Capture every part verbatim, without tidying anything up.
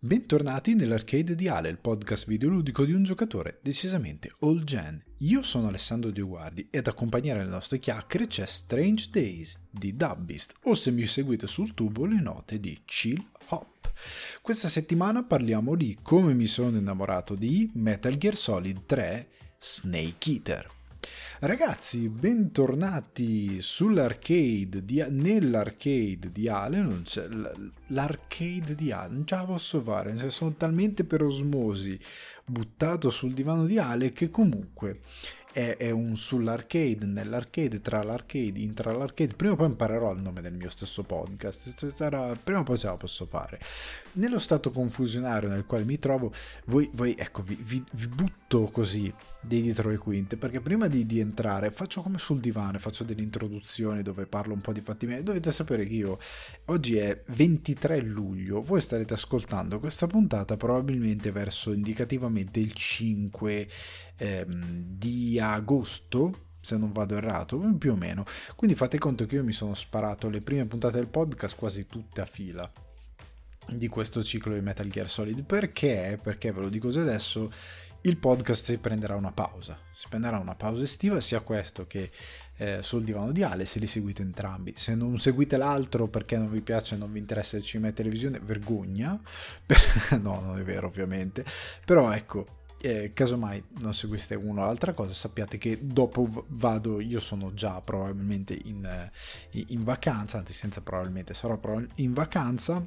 Bentornati nell'Arcade di Ale, il podcast videoludico di un giocatore decisamente old gen. Io sono Alessandro Dioguardi ed accompagnare le nostre chiacchiere c'è Strange Days di Dubbeast, o se mi seguite sul tubo le note di Chill Hop. Questa settimana parliamo di come mi sono innamorato di Metal Gear Solid tre Snake Eater. Ragazzi, bentornati sull'arcade di, nell'arcade di Ale. Non c'è l'arcade di Ale, non ce la posso fare, cioè, sono talmente per osmosi buttato sul divano di Ale che comunque è, è un sull'arcade, nell'arcade, tra l'arcade, intra l'arcade. Prima o poi imparerò il nome del mio stesso podcast, sarà, prima o poi ce la posso fare. Nello stato confusionario nel quale mi trovo, voi, voi ecco, vi, vi, vi butto così dei dietro le quinte, perché prima di, di entrare faccio come sul divano, faccio delle introduzioni dove parlo un po' di fatti miei. Dovete sapere che io oggi è ventitré luglio, voi starete ascoltando questa puntata probabilmente verso indicativamente il cinque ehm, di agosto, se non vado errato, più o meno. Quindi fate conto che io mi sono sparato le prime puntate del podcast quasi tutte a fila di questo ciclo di Metal Gear Solid. Perché? Perché ve lo dico già adesso, il podcast si prenderà una pausa, si prenderà una pausa estiva, sia questo che eh, sul divano di Ale, se li seguite entrambi. Se non seguite l'altro perché non vi piace, non vi interessa il cinema e televisione, vergogna. No, non è vero ovviamente, però ecco, eh, casomai non seguiste uno o l'altra cosa, sappiate che dopo vado, io sono già probabilmente in, in vacanza, anzi senza probabilmente, sarò in vacanza,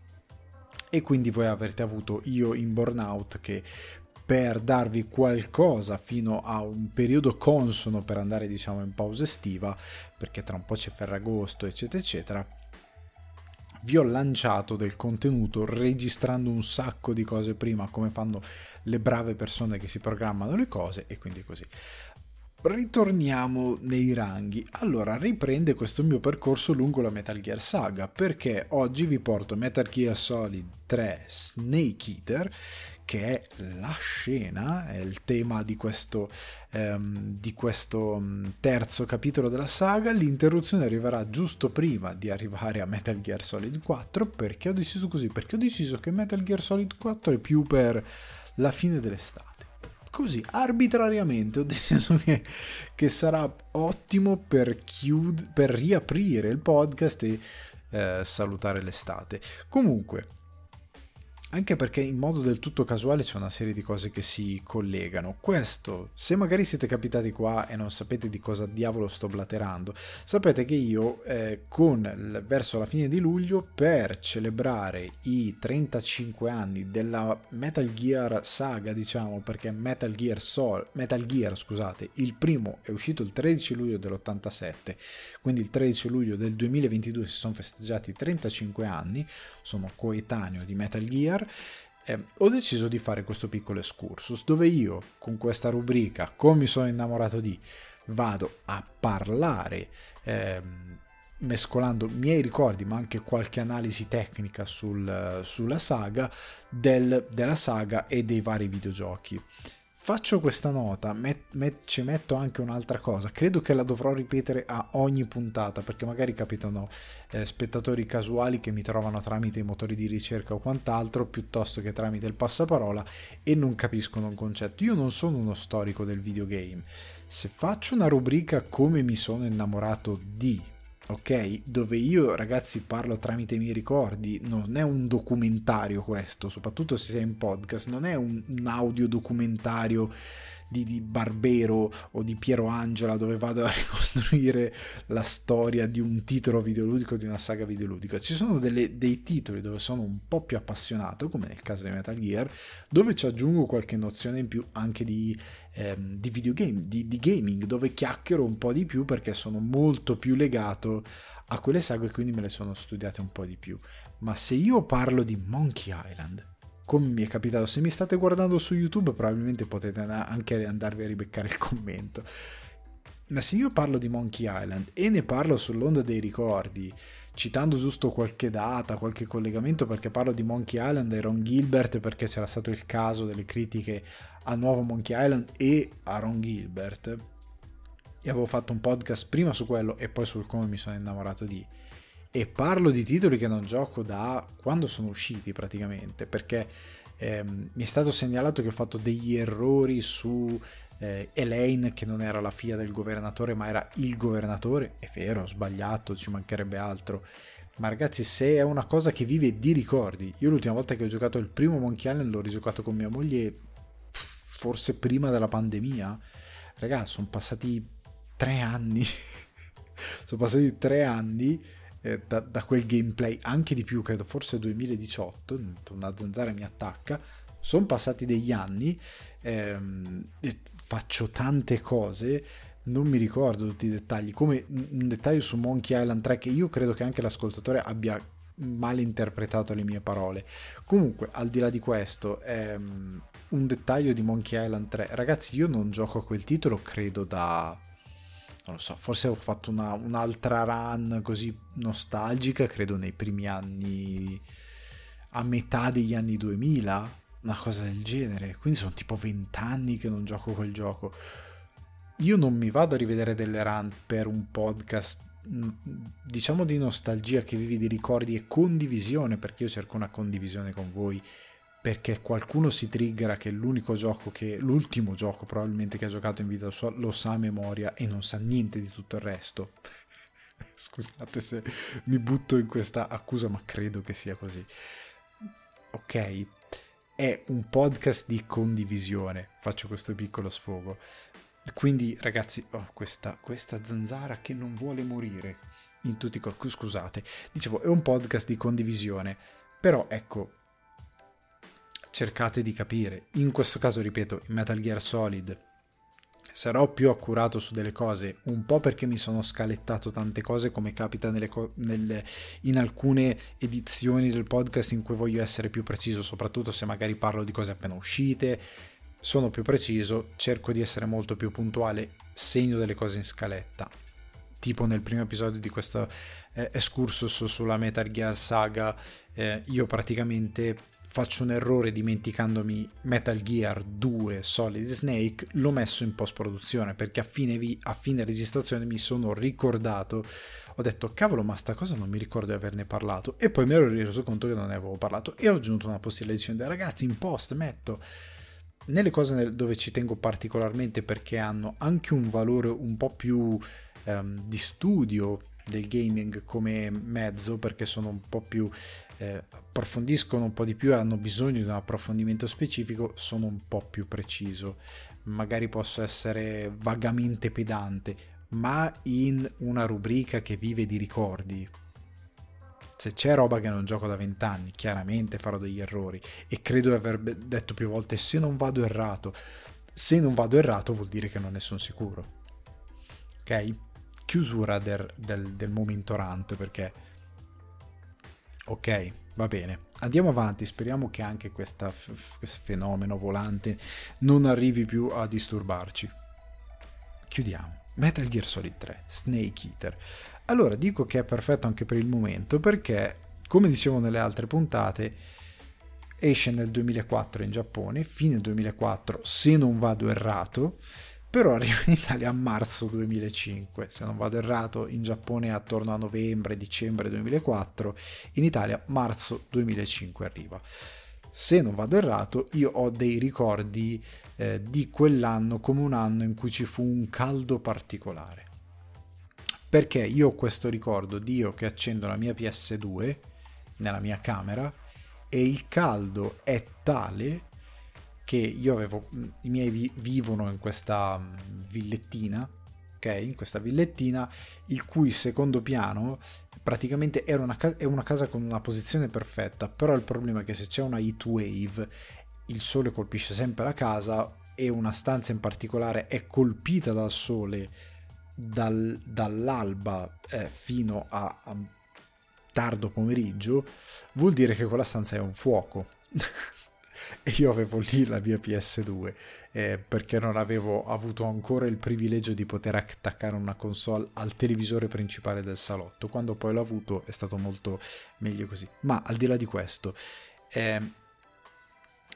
e quindi voi avrete avuto io in burnout che per darvi qualcosa fino a un periodo consono per andare diciamo in pausa estiva, perché tra un po' c'è Ferragosto eccetera eccetera, vi ho lanciato del contenuto registrando un sacco di cose prima, come fanno le brave persone che si programmano le cose, e quindi così. Ritorniamo nei ranghi. Allora, riprende questo mio percorso lungo la Metal Gear saga, perché oggi vi porto Metal Gear Solid tre Snake Eater, che è la scena, è il tema di questo, ehm, di questo um, terzo capitolo della saga. L'interruzione arriverà giusto prima di arrivare a Metal Gear Solid quattro. Perché ho deciso così? Perché ho deciso che Metal Gear Solid quattro è più per la fine dell'estate. Così, arbitrariamente ho deciso che, che sarà ottimo per, chiud- per riaprire il podcast e eh, salutare l'estate. Comunque, anche perché in modo del tutto casuale c'è una serie di cose che si collegano. Questo, se magari siete capitati qua e non sapete di cosa diavolo sto blaterando, sapete che io eh, con verso la fine di luglio, per celebrare i trentacinque anni della Metal Gear saga, diciamo, perché Metal Gear Sol, Metal Gear, scusate, il primo è uscito il tredici luglio dell'ottantasette, quindi il tredici luglio del duemilaventidue si sono festeggiati trentacinque anni, sono coetaneo di Metal Gear. Eh, ho deciso di fare questo piccolo excursus dove io con questa rubrica come mi sono innamorato di vado a parlare eh, mescolando miei ricordi ma anche qualche analisi tecnica sul, sulla saga del, della saga e dei vari videogiochi. Faccio questa nota, met, met, ci metto anche un'altra cosa, credo che la dovrò ripetere a ogni puntata, perché magari capitano eh, spettatori casuali che mi trovano tramite i motori di ricerca o quant'altro, piuttosto che tramite il passaparola, e non capiscono un concetto. Io non sono uno storico del videogame. Se faccio una rubrica come mi sono innamorato di... ok, dove io ragazzi parlo tramite i miei ricordi, non è un documentario questo, soprattutto se sei in podcast, non è un, un audio documentario di, di Barbero o di Piero Angela dove vado a ricostruire la storia di un titolo videoludico, di una saga videoludica. Ci sono delle, dei titoli dove sono un po' più appassionato, come nel caso di Metal Gear, dove ci aggiungo qualche nozione in più anche di Ehm, di videogame, di, di gaming, dove chiacchiero un po' di più perché sono molto più legato a quelle saghe e quindi me le sono studiate un po' di più. Ma se io parlo di Monkey Island, come mi è capitato, se mi state guardando su YouTube probabilmente potete anche andarvi a ribeccare il commento, ma se io parlo di Monkey Island e ne parlo sull'onda dei ricordi, citando giusto qualche data, qualche collegamento, perché parlo di Monkey Island e Ron Gilbert perché c'era stato il caso delle critiche al nuovo Monkey Island e a Ron Gilbert, e avevo fatto un podcast prima su quello e poi sul come mi sono innamorato di, E parlo di titoli che non gioco da quando sono usciti praticamente, perché ehm, mi è stato segnalato che ho fatto degli errori su eh, Elaine, che non era la figlia del governatore ma era il governatore. È vero, ho sbagliato, ci mancherebbe altro, ma ragazzi, se è una cosa che vive di ricordi, io l'ultima volta che ho giocato il primo Monkey Island l'ho rigiocato con mia moglie forse prima della pandemia. Ragazzi, sono passati tre anni sono passati tre anni eh, da, da quel gameplay, anche di più, credo forse duemiladiciotto, una zanzara mi attacca, sono passati degli anni, ehm, faccio tante cose, non mi ricordo tutti i dettagli, come un dettaglio su Monkey Island tre che io credo che anche l'ascoltatore abbia male interpretato le mie parole. Comunque, al di là di questo, ehm, un dettaglio di Monkey Island tre, ragazzi, io non gioco a quel titolo credo da, non lo so, forse ho fatto una, un'altra run così nostalgica, credo nei primi anni, a metà degli anni duemila, una cosa del genere, quindi sono tipo vent'anni che non gioco quel gioco. Io non mi vado a rivedere delle run per un podcast, diciamo, di nostalgia, che vivi di ricordi e condivisione, perché io cerco una condivisione con voi, perché qualcuno si triggera che l'unico gioco che l'ultimo gioco probabilmente che ha giocato in vita sua lo sa a memoria e non sa niente di tutto il resto. Scusate se mi butto in questa accusa, ma credo che sia così. Ok, è un podcast di condivisione, faccio questo piccolo sfogo. Quindi ragazzi, oh, questa, questa zanzara che non vuole morire in tutti i corpi, scusate, dicevo, è un podcast di condivisione, però ecco, cercate di capire, in questo caso ripeto, in Metal Gear Solid sarò più accurato su delle cose, un po' perché mi sono scalettato tante cose, come capita nelle, nelle, in alcune edizioni del podcast in cui voglio essere più preciso, soprattutto se magari parlo di cose appena uscite. Sono più preciso, cerco di essere molto più puntuale, segno delle cose in scaletta, tipo nel primo episodio di questo eh, excursus sulla Metal Gear Saga, eh, io praticamente faccio un errore dimenticandomi Metal Gear due Solid Snake, l'ho messo in post produzione perché a fine, vi- a fine registrazione mi sono ricordato, ho detto cavolo, ma sta cosa non mi ricordo di averne parlato, e poi mi ero reso conto che non ne avevo parlato e ho aggiunto una postilla dicendo ragazzi, in post metto nelle cose dove ci tengo particolarmente, perché hanno anche un valore un po' più ehm, di studio del gaming come mezzo, perché sono un po' più eh, approfondiscono un po' di più e hanno bisogno di un approfondimento specifico, sono un po' più preciso. Magari posso essere vagamente pedante, ma in una rubrica che vive di ricordi, se c'è roba che non gioco da vent'anni, chiaramente farò degli errori, e credo di aver detto più volte, se non vado errato, se non vado errato vuol dire che non ne sono sicuro. Ok? Chiusura del, del, del momento rant, perché ok, va bene, andiamo avanti, speriamo che anche questa, questo fenomeno volante non arrivi più a disturbarci. Chiudiamo. Metal Gear Solid tre, Snake Eater. Allora, dico che è perfetto anche per il momento perché, come dicevo nelle altre puntate, esce nel duemilaquattro in Giappone, fine duemilaquattro se non vado errato, però arriva in Italia a marzo duemilacinque, se non vado errato in Giappone attorno a novembre, dicembre duemilaquattro, in Italia marzo duemilacinque arriva. Se non vado errato, io ho dei ricordi eh, di quell'anno come un anno in cui ci fu un caldo particolare. Perché io ho questo ricordo di io che accendo la mia P S due nella mia camera e il caldo è tale che io avevo, i miei vi, vivono in questa villettina, ok? In questa villettina il cui secondo piano praticamente era una, è una casa con una posizione perfetta, però il problema è che se c'è una heat wave il sole colpisce sempre la casa e una stanza in particolare è colpita dal sole dal, dall'alba eh, fino a, a tardo pomeriggio, vuol dire che quella stanza è un fuoco. E io avevo lì la mia P S due eh, perché non avevo avuto ancora il privilegio di poter attaccare una console al televisore principale del salotto. Quando poi l'ho avuto è stato molto meglio così. Ma al di là di questo, eh,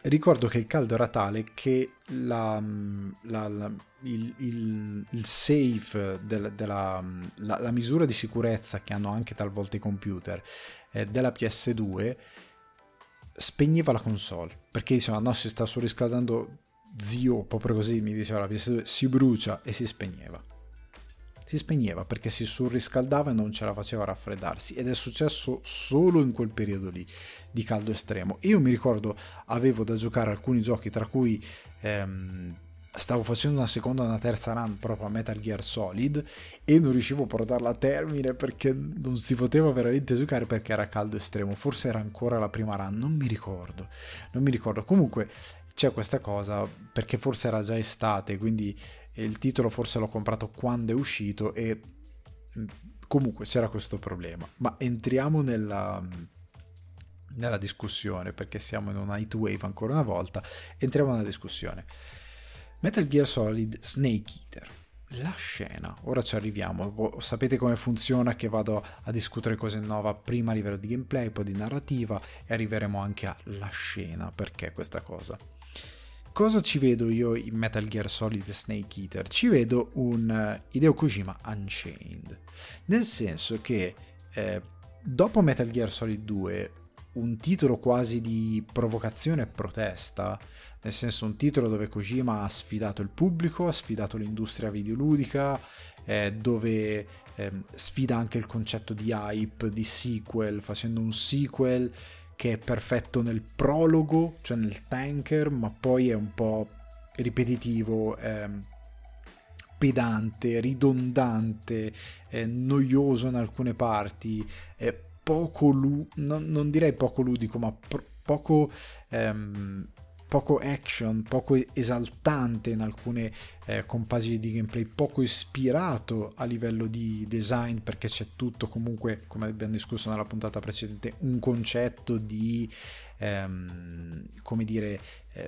ricordo che il caldo era tale che la, la, la, il, il, il safe del, della la, la misura di sicurezza che hanno anche talvolta i computer eh, della P S due spegneva la console, perché diceva no, si sta surriscaldando, zio, proprio così mi diceva la P S due, si brucia, e si spegneva. Si spegneva perché si surriscaldava e non ce la faceva raffreddarsi, ed è successo solo in quel periodo lì di caldo estremo. Io mi ricordo avevo da giocare alcuni giochi, tra cui ehm, stavo facendo una seconda e una terza run proprio a Metal Gear Solid e non riuscivo a portarla a termine perché non si poteva veramente giocare perché era caldo estremo. Forse era ancora la prima run, non mi ricordo non mi ricordo comunque c'è questa cosa, perché forse era già estate, quindi il titolo forse l'ho comprato quando è uscito e comunque c'era questo problema. Ma entriamo nella nella discussione, perché siamo in una heat wave ancora una volta. Entriamo nella discussione. Metal Gear Solid Snake Eater, la scena, ora ci arriviamo. Sapete come funziona, che vado a discutere cose nuove prima a livello di gameplay, poi di narrativa, e arriveremo anche alla scena. Perché questa cosa? Cosa ci vedo io in Metal Gear Solid Snake Eater? Ci vedo un Hideo Kojima Unchained, nel senso che eh, dopo Metal Gear Solid due, un titolo quasi di provocazione e protesta, nel senso un titolo dove Kojima ha sfidato il pubblico, ha sfidato l'industria videoludica, eh, dove eh, sfida anche il concetto di hype, di sequel, facendo un sequel che è perfetto nel prologo, cioè nel tanker, ma poi è un po' ripetitivo, eh, pedante, ridondante, eh, noioso in alcune parti, eh, poco lu- non, non direi poco ludico, ma pro- poco ehm, poco action, poco esaltante in alcune eh, compagini di gameplay, poco ispirato a livello di design, perché c'è tutto comunque, come abbiamo discusso nella puntata precedente, un concetto di ehm, come dire eh,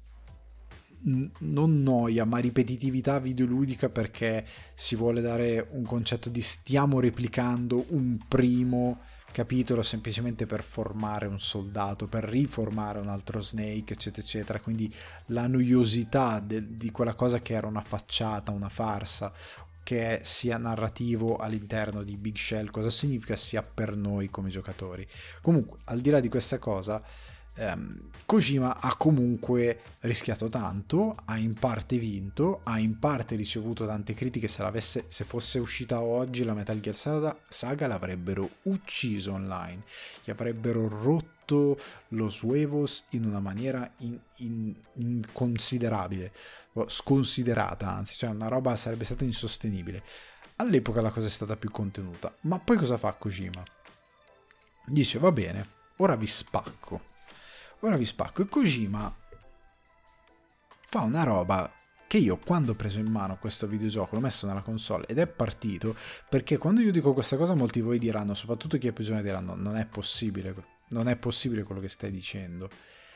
n- non noia ma ripetitività videoludica, perché si vuole dare un concetto di stiamo replicando un primo capitolo semplicemente per formare un soldato, per riformare un altro Snake, eccetera eccetera. Quindi la noiosità de- di quella cosa che era una facciata, una farsa, che è sia narrativo all'interno di Big Shell, cosa significa sia per noi come giocatori. Comunque, al di là di questa cosa, ehm, Kojima ha comunque rischiato tanto, ha in parte vinto, ha in parte ricevuto tante critiche. Se, l'avesse, se fosse uscita oggi la Metal Gear Saga, saga l'avrebbero ucciso online, gli avrebbero rotto los huevos in una maniera in, in, inconsiderabile, sconsiderata anzi, cioè una roba sarebbe stata insostenibile. All'epoca la cosa è stata più contenuta, ma poi cosa fa Kojima? Dice va bene, ora vi spacco. Ora vi spacco. E Kojima fa una roba che io, quando ho preso in mano questo videogioco, l'ho messo nella console ed è partito, perché quando io dico questa cosa molti di voi diranno, soprattutto chi è più giovane, diranno non è possibile, non è possibile quello che stai dicendo.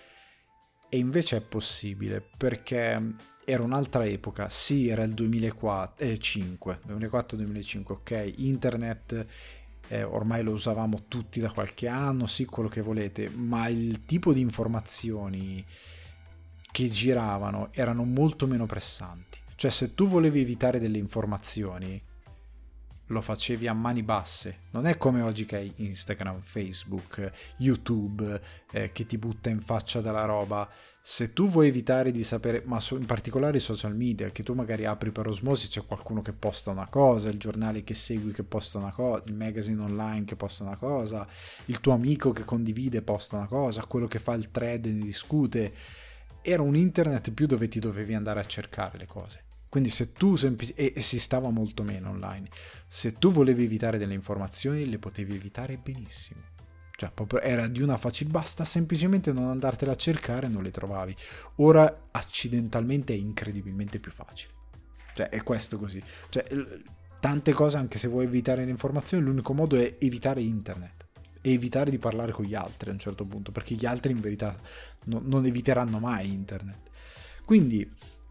E invece è possibile, perché era un'altra epoca. Sì, era il duemilaquattro, duemilaquattro duemilacinque, ok, internet Eh, ormai lo usavamo tutti da qualche anno, sì, quello che volete, ma il tipo di informazioni che giravano erano molto meno pressanti. Cioè, se tu volevi evitare delle informazioni, lo facevi a mani basse. Non è come oggi che hai Instagram, Facebook, YouTube eh, che ti butta in faccia della roba. Se tu vuoi evitare di sapere, ma in particolare i social media, che tu magari apri per osmosi, c'è qualcuno che posta una cosa, il giornale che segui che posta una cosa, il magazine online che posta una cosa, il tuo amico che condivide posta una cosa, quello che fa il thread ne discute. Era un internet più dove ti dovevi andare a cercare le cose. Quindi se tu semplici- e, e si stava molto meno online. Se tu volevi evitare delle informazioni, le potevi evitare benissimo. Cioè, proprio era di una facile, basta semplicemente non andartela a cercare e non le trovavi. Ora accidentalmente è incredibilmente più facile. Cioè, è questo così. Cioè, tante cose, anche se vuoi evitare le informazioni, l'unico modo è evitare internet e evitare di parlare con gli altri a un certo punto, perché gli altri in verità no, non eviteranno mai internet. Quindi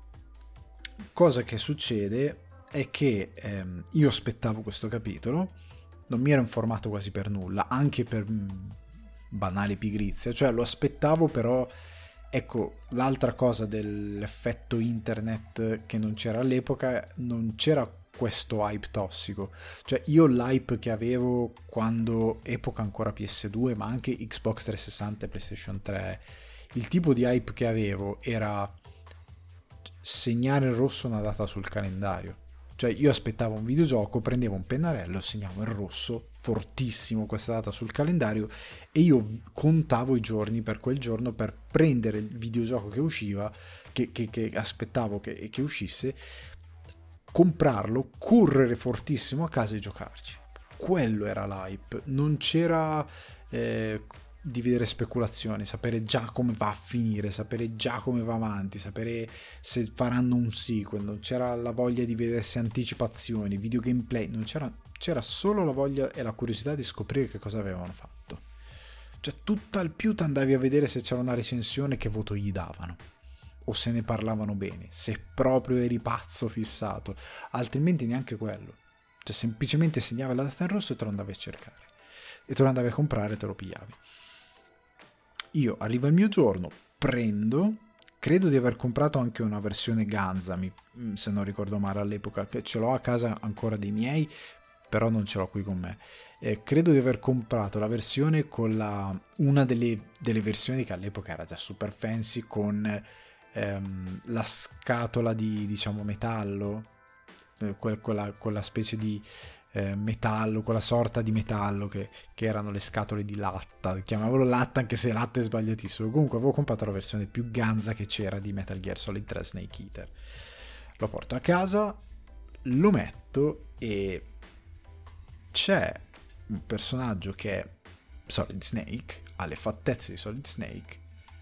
cosa che succede è che ehm, io aspettavo questo capitolo, non mi ero informato quasi per nulla, anche per mh, banale pigrizia, cioè lo aspettavo, però ecco, l'altra cosa dell'effetto internet che non c'era all'epoca, non c'era questo hype tossico. Cioè io l'hype che avevo quando, epoca ancora P S due, ma anche Xbox trecentosessanta e PlayStation tre, il tipo di hype che avevo era segnare in rosso una data sul calendario. Cioè io aspettavo un videogioco, prendevo un pennarello, segnavo in rosso fortissimo questa data sul calendario e io contavo i giorni per quel giorno per prendere il videogioco che usciva, che, che, che aspettavo che, che uscisse, comprarlo, correre fortissimo a casa e giocarci. Quello era l'hype, non c'era eh, di vedere speculazioni, sapere già come va a finire, sapere già come va avanti, sapere se faranno un sequel, non c'era la voglia di vedersi anticipazioni, video gameplay, non c'era, c'era solo la voglia e la curiosità di scoprire che cosa avevano fatto. Cioè tutto al più ti andavi a vedere se c'era una recensione, che voto gli davano, o se ne parlavano bene, se proprio eri pazzo fissato, altrimenti neanche quello. Cioè semplicemente segnavi la data in rosso e te lo andavi a cercare e te lo andavi a comprare e te lo pigliavi. Io arriva il mio giorno, prendo, credo di aver comprato anche una versione Ganza, se non ricordo male all'epoca, che ce l'ho a casa ancora dei miei, però non ce l'ho qui con me. Eh, credo di aver comprato la versione con la una delle, delle versioni che all'epoca era già super fancy, con ehm, la scatola di, diciamo, metallo, eh, quella, quella specie di eh, metallo, quella sorta di metallo che, che erano le scatole di latta. Chiamavolo latta anche se latta è sbagliatissimo. Comunque avevo comprato la versione più ganza che c'era di Metal Gear Solid tre Snake Eater. Lo porto a casa, lo metto e c'è un personaggio che è Solid Snake, ha le fattezze di Solid Snake,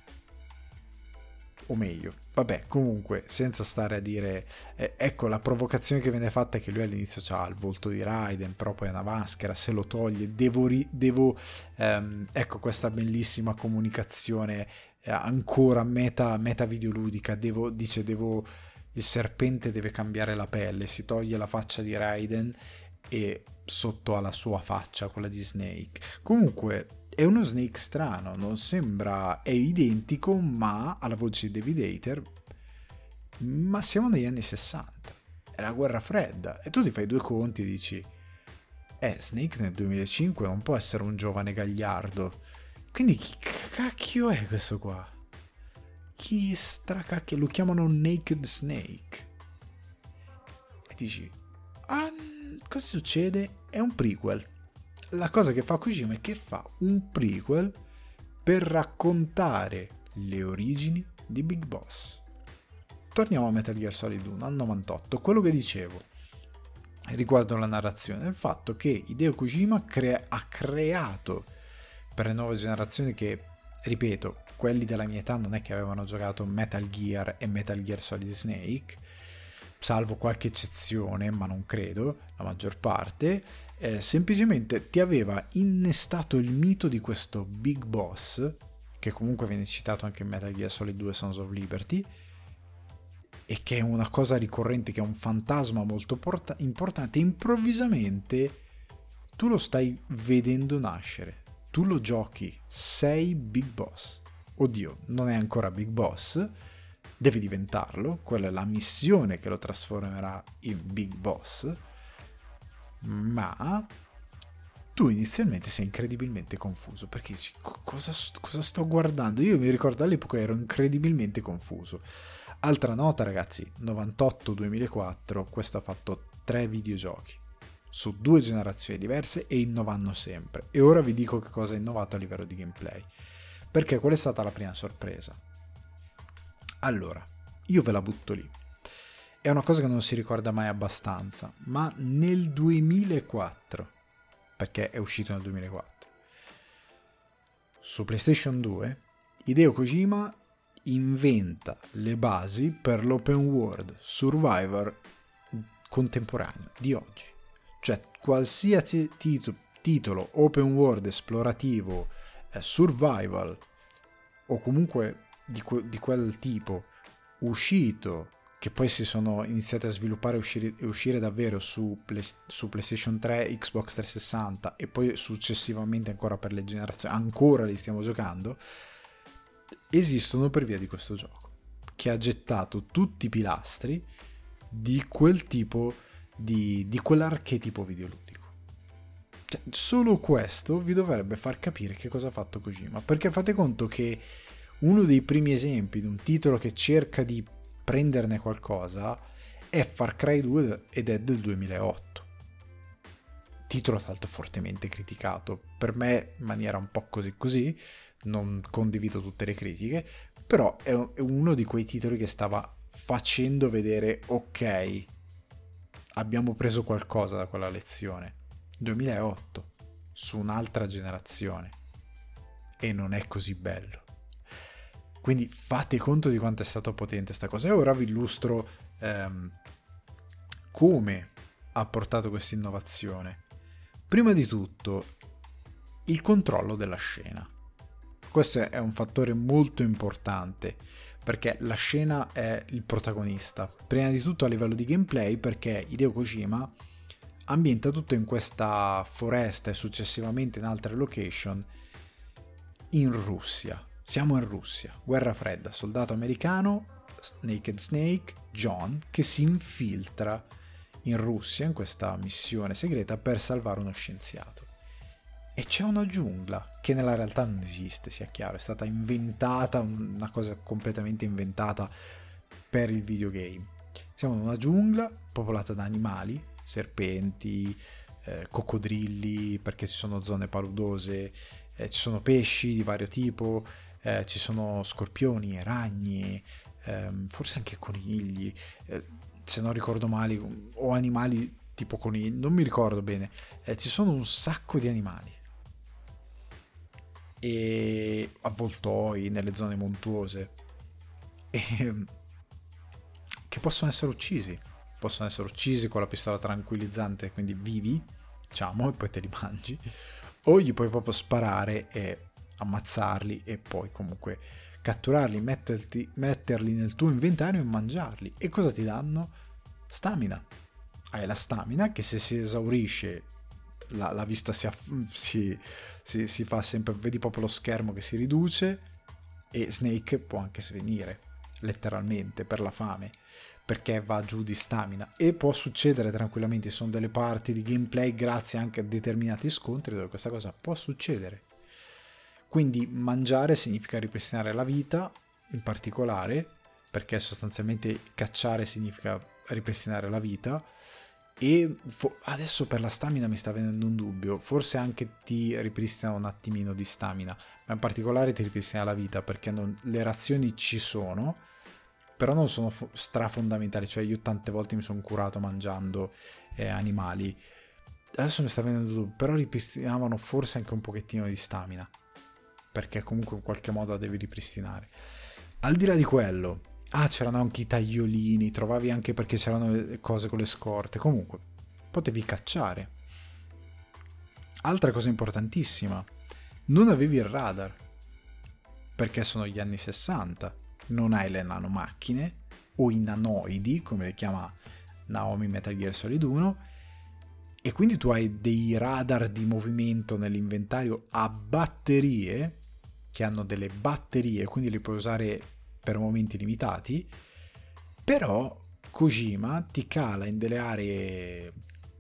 o meglio, vabbè, comunque senza stare a dire eh, ecco, la provocazione che viene fatta è che lui all'inizio ha il volto di Raiden, però poi è una maschera, se lo toglie devo, ri- devo ehm, ecco questa bellissima comunicazione eh, ancora meta, meta videoludica, devo, dice devo, il serpente deve cambiare la pelle, si toglie la faccia di Raiden e sotto ha la sua faccia, quella di Snake. Comunque è uno Snake strano, non sembra, è identico ma ha la voce di David Hayter, ma siamo negli anni sessanta, è la guerra fredda e tu ti fai due conti e dici eh, Snake nel duemilacinque non può essere un giovane gagliardo, quindi chi cacchio è questo qua? Chi stracacchio? Lo chiamano Naked Snake e dici ah, cosa succede? È un prequel. La cosa che fa Kojima è che fa un prequel per raccontare le origini di Big Boss. Torniamo a Metal Gear Solid uno, al novantotto. Quello che dicevo riguardo la narrazione è il fatto che Hideo Kojima crea- ha creato per le nuove generazioni che, ripeto, quelli della mia età non è che avevano giocato Metal Gear e Metal Gear Solid Snake, salvo qualche eccezione, ma non credo, la maggior parte, eh, semplicemente ti aveva innestato il mito di questo Big Boss, che comunque viene citato anche in Metal Gear Solid due Sons of Liberty, e che è una cosa ricorrente, che è un fantasma molto porta- importante, improvvisamente tu lo stai vedendo nascere, tu lo giochi, sei Big Boss. Oddio, non è ancora Big Boss, deve diventarlo, quella è la missione che lo trasformerà in Big Boss, ma tu inizialmente sei incredibilmente confuso perché dici cosa, cosa sto guardando. Io mi ricordo all'epoca ero incredibilmente confuso. Altra nota, ragazzi, novantotto duemilaquattro, questo ha fatto tre videogiochi su due generazioni diverse e innovando sempre, e ora vi dico che cosa ha innovato a livello di gameplay, perché quella è stata la prima sorpresa. Allora, io ve la butto lì. È una cosa che non si ricorda mai abbastanza, ma nel duemilaquattro, perché è uscito nel duemilaquattro, su PlayStation due, Hideo Kojima inventa le basi per l'open world survivor contemporaneo di oggi. Cioè, qualsiasi tito- titolo open world esplorativo, eh, survival, o comunque di, que- di quel tipo uscito, che poi si sono iniziati a sviluppare e uscire, uscire davvero su, play, su PlayStation tre, Xbox trecentosessanta e poi successivamente ancora per le generazioni, ancora li stiamo giocando, esistono per via di questo gioco, che ha gettato tutti i pilastri di quel tipo di, di quell'archetipo videoludico. Cioè, solo questo vi dovrebbe far capire che cosa ha fatto Kojima, perché fate conto che uno dei primi esempi di un titolo che cerca di prenderne qualcosa è Far Cry due ed è del duemilaotto, titolo tra l'altro fortemente criticato, per me in maniera un po' così così, non condivido tutte le critiche, però è uno di quei titoli che stava facendo vedere, ok, abbiamo preso qualcosa da quella lezione. duemilaotto, su un'altra generazione, e non è così bello. Quindi fate conto di quanto è stato potente sta cosa. E ora vi illustro ehm, come ha portato questa innovazione. Prima di tutto, il controllo della scena. Questo è un fattore molto importante, perché la scena è il protagonista. Prima di tutto a livello di gameplay, perché Hideo Kojima ambienta tutto in questa foresta e successivamente in altre location in Russia. Siamo in Russia, guerra fredda, soldato americano, Naked Snake, John, che si infiltra in Russia in questa missione segreta per salvare uno scienziato. E c'è una giungla che nella realtà non esiste, sia chiaro, è stata inventata, una cosa completamente inventata per il videogame. Siamo in una giungla popolata da animali, serpenti, eh, coccodrilli, perché ci sono zone paludose, eh, ci sono pesci di vario tipo, eh, ci sono scorpioni, ragni, ehm, forse anche conigli, eh, se non ricordo male, o animali tipo conigli, non mi ricordo bene, eh, ci sono un sacco di animali. E avvoltoi nelle zone montuose, e che possono essere uccisi. Possono essere uccisi con la pistola tranquillizzante, quindi vivi, diciamo, e poi te li mangi, o gli puoi proprio sparare e ammazzarli e poi comunque catturarli, metterti, metterli nel tuo inventario e mangiarli. E cosa ti danno? Stamina. Hai la stamina che se si esaurisce la, la vista si, si, si, si fa sempre, vedi proprio lo schermo che si riduce, e Snake può anche svenire letteralmente per la fame, perché va giù di stamina. E può succedere tranquillamente, sono delle parti di gameplay grazie anche a determinati scontri dove questa cosa può succedere. Quindi mangiare significa ripristinare la vita, in particolare, perché sostanzialmente cacciare significa ripristinare la vita. E fo- adesso per la stamina mi sta venendo un dubbio, forse anche ti ripristina un attimino di stamina, ma in particolare ti ripristina la vita, perché non, le razioni ci sono, però non sono fo- strafondamentali. Cioè io tante volte mi sono curato mangiando eh, animali, adesso mi sta venendo un dubbio, però ripristinavano forse anche un pochettino di stamina, perché comunque in qualche modo la devi ripristinare. Al di là di quello, ah, c'erano anche i tagliolini, trovavi anche, perché c'erano cose con le scorte, comunque potevi cacciare. Altra cosa importantissima, non avevi il radar, perché sono gli anni sessanta, non hai le nanomacchine o i nanoidi, come le chiama Naomi Metal Gear Solid uno, e quindi tu hai dei radar di movimento nell'inventario a batterie, che hanno delle batterie, quindi li puoi usare per momenti limitati. Però Kojima ti cala in delle aree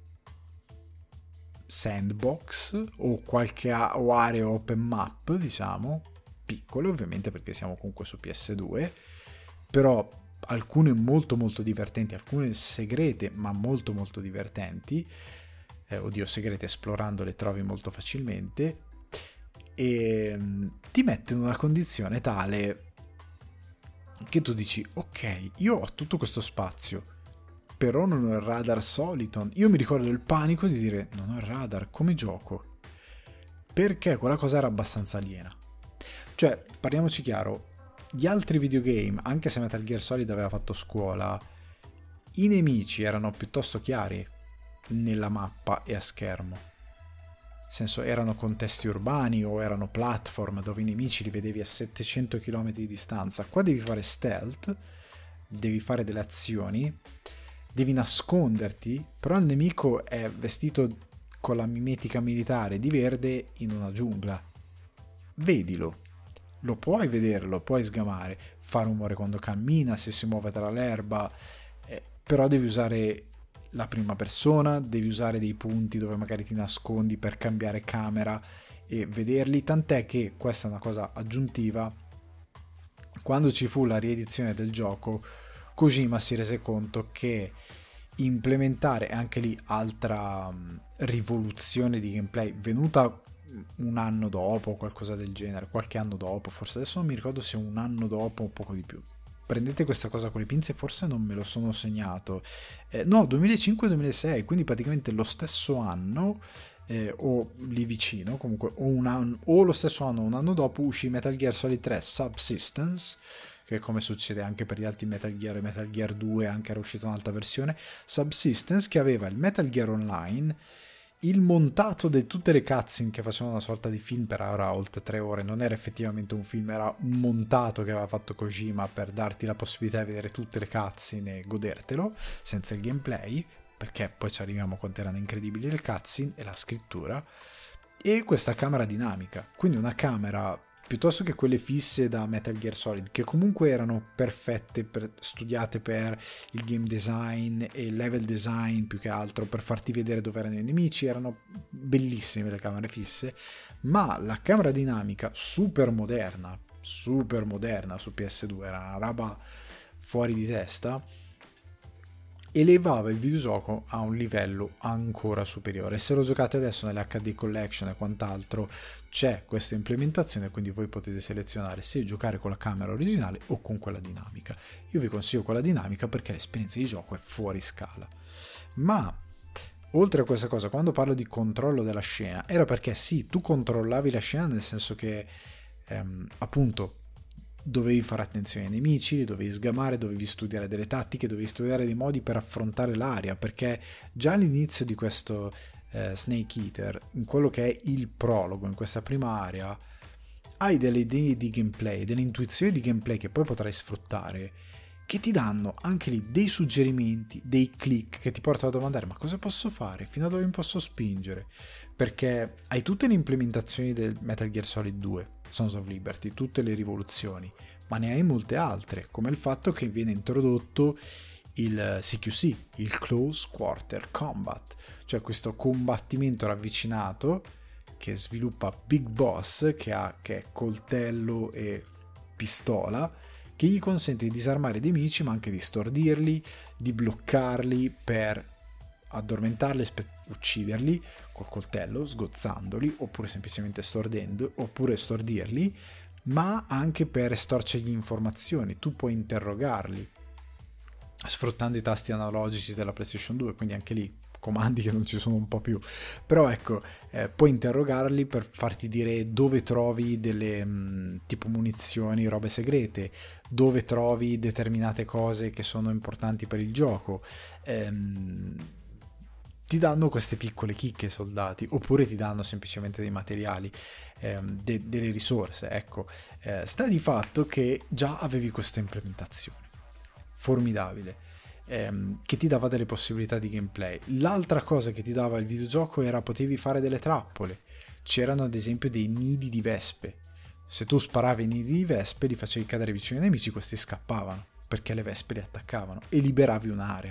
sandbox o qualche a- o aree open map, diciamo, piccole ovviamente, perché siamo comunque su P S due, però alcune molto molto divertenti, alcune segrete ma molto molto divertenti. Eh, oddio, segrete esplorando le trovi molto facilmente, e um, ti mette in una condizione tale che tu dici, ok, io ho tutto questo spazio, però non ho il radar solito. Io mi ricordo il panico di dire, non ho il radar, come gioco? Perché quella cosa era abbastanza aliena. Cioè, parliamoci chiaro, gli altri videogame, anche se Metal Gear Solid aveva fatto scuola, i nemici erano piuttosto chiari nella mappa e a schermo. Nel senso, erano contesti urbani o erano platform dove i nemici li vedevi a settecento chilometri di distanza. Qua devi fare stealth, devi fare delle azioni, devi nasconderti, però il nemico è vestito con la mimetica militare di verde in una giungla. Vedilo. lo puoi vedere, lo puoi sgamare, fa rumore quando cammina, se si muove tra l'erba, eh, però devi usare la prima persona, devi usare dei punti dove magari ti nascondi per cambiare camera e vederli, tant'è che questa è una cosa aggiuntiva. Quando ci fu la riedizione del gioco, Kojima si rese conto che implementare, anche lì altra um, rivoluzione di gameplay venuta un anno dopo, qualcosa del genere, qualche anno dopo, forse adesso non mi ricordo se un anno dopo o poco di più. Prendete questa cosa con le pinze, forse non me lo sono segnato. Eh, no, duemilacinque duemilasei, quindi praticamente lo stesso anno, eh, o lì vicino, comunque, o, un anno, o lo stesso anno, un anno dopo, uscì Metal Gear Solid tre Subsistence, che come succede anche per gli altri Metal Gear e Metal Gear due, anche era uscita un'altra versione, Subsistence, che aveva il Metal Gear Online, il montato di tutte le cutscene, che facevano una sorta di film per ora oltre tre ore, non era effettivamente un film, era un montato che aveva fatto Kojima per darti la possibilità di vedere tutte le cutscene e godertelo senza il gameplay, perché poi ci arriviamo quanto erano incredibili le cutscene e la scrittura, e questa camera dinamica, quindi una camera piuttosto che quelle fisse da Metal Gear Solid, che comunque erano perfette, per, studiate per il game design e il level design più che altro, per farti vedere dove erano i nemici, erano bellissime le camere fisse, ma la camera dinamica super moderna, super moderna su P S due, era una roba fuori di testa, elevava il videogioco a un livello ancora superiore. Se lo giocate adesso nell'H D Collection e quant'altro c'è questa implementazione, quindi voi potete selezionare se giocare con la camera originale o con quella dinamica. Io vi consiglio quella dinamica perché l'esperienza di gioco è fuori scala. Ma oltre a questa cosa, quando parlo di controllo della scena, era perché sì, tu controllavi la scena nel senso che ehm, appunto dovevi fare attenzione ai nemici, dovevi sgamare, dovevi studiare delle tattiche, dovevi studiare dei modi per affrontare l'area, perché già all'inizio di questo eh, Snake Eater, in quello che è il prologo, in questa prima area, hai delle idee di gameplay, delle intuizioni di gameplay che poi potrai sfruttare, che ti danno anche lì dei suggerimenti, dei click che ti portano a domandare: ma cosa posso fare? Fino a dove mi posso spingere? Perché hai tutte le implementazioni del Metal Gear Solid due, Sons of Liberty, tutte le rivoluzioni, ma ne hai molte altre, come il fatto che viene introdotto il C Q C, il Close Quarter Combat, cioè questo combattimento ravvicinato che sviluppa Big Boss, che ha che è coltello e pistola, che gli consente di disarmare i nemici, ma anche di stordirli, di bloccarli per addormentarli, spe- ucciderli col coltello, sgozzandoli, oppure semplicemente stordendo, oppure stordirli, ma anche per estorcergli informazioni. Tu puoi interrogarli sfruttando i tasti analogici della PlayStation due, quindi anche lì comandi che non ci sono un po' più, però ecco, eh, puoi interrogarli per farti dire dove trovi delle mh, tipo munizioni, robe segrete, dove trovi determinate cose che sono importanti per il gioco. ehm, ti danno queste piccole chicche, soldati, oppure ti danno semplicemente dei materiali, ehm, de- delle risorse. Ecco, eh, sta di fatto che già avevi questa implementazione formidabile, ehm, che ti dava delle possibilità di gameplay. L'altra cosa che ti dava il videogioco era potevi fare delle trappole. C'erano ad esempio dei nidi di vespe. Se tu sparavi i nidi di vespe, li facevi cadere vicino ai nemici, questi scappavano perché le vespe li attaccavano e liberavi un'area.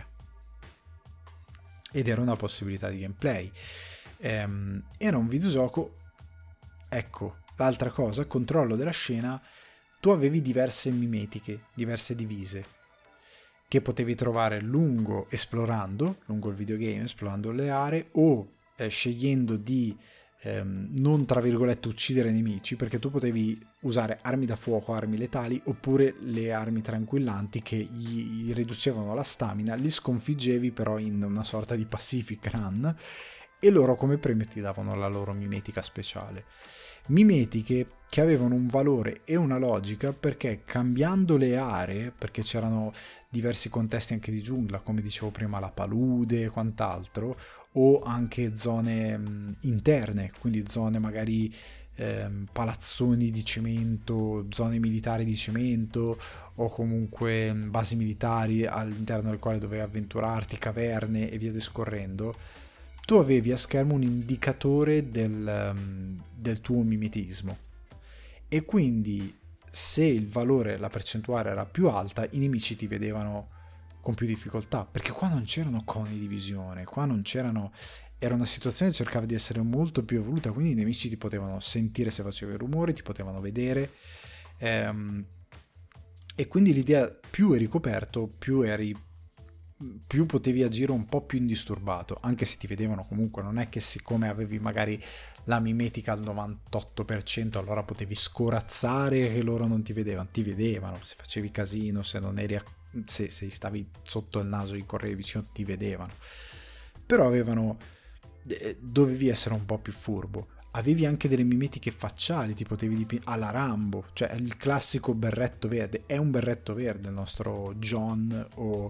Ed era una possibilità di gameplay. Ehm, era un videogioco. Ecco, l'altra cosa, controllo della scena, tu avevi diverse mimetiche, diverse divise, che potevi trovare lungo esplorando, lungo il videogame, esplorando le aree, o eh, scegliendo di ehm, non, tra virgolette, uccidere nemici, perché tu potevi usare armi da fuoco, armi letali, oppure le armi tranquillanti che gli, gli riducevano la stamina, li sconfiggevi però in una sorta di Pacific Run, e loro come premio ti davano la loro mimetica speciale. Mimetiche che avevano un valore e una logica, perché cambiando le aree, perché c'erano diversi contesti anche di giungla, come dicevo prima, la palude e quant'altro, o anche zone mh, interne, quindi zone magari ehm, palazzoni di cemento, zone militari di cemento, o comunque mh, basi militari all'interno del quale dovevi avventurarti, caverne e via discorrendo. Tu avevi a schermo un indicatore del, um, del tuo mimetismo, e quindi se il valore, la percentuale era più alta, i nemici ti vedevano con più difficoltà, perché qua non c'erano coni di visione, qua non c'erano, era una situazione che cercava di essere molto più evoluta, quindi i nemici ti potevano sentire se facevi rumore, ti potevano vedere, ehm, e quindi l'idea, più eri coperto, più eri più potevi agire un po' più indisturbato, anche se ti vedevano comunque. Non è che siccome avevi magari la mimetica al novantotto per cento allora potevi scorazzare che loro non ti vedevano, ti vedevano, se facevi casino, se non eri a... se, se stavi sotto il naso, gli correvi vicino, ti vedevano, però avevano, dovevi essere un po' più furbo. Avevi anche delle mimetiche facciali, ti potevi dipingere alla Rambo, cioè il classico berretto verde. È un berretto verde il nostro John o,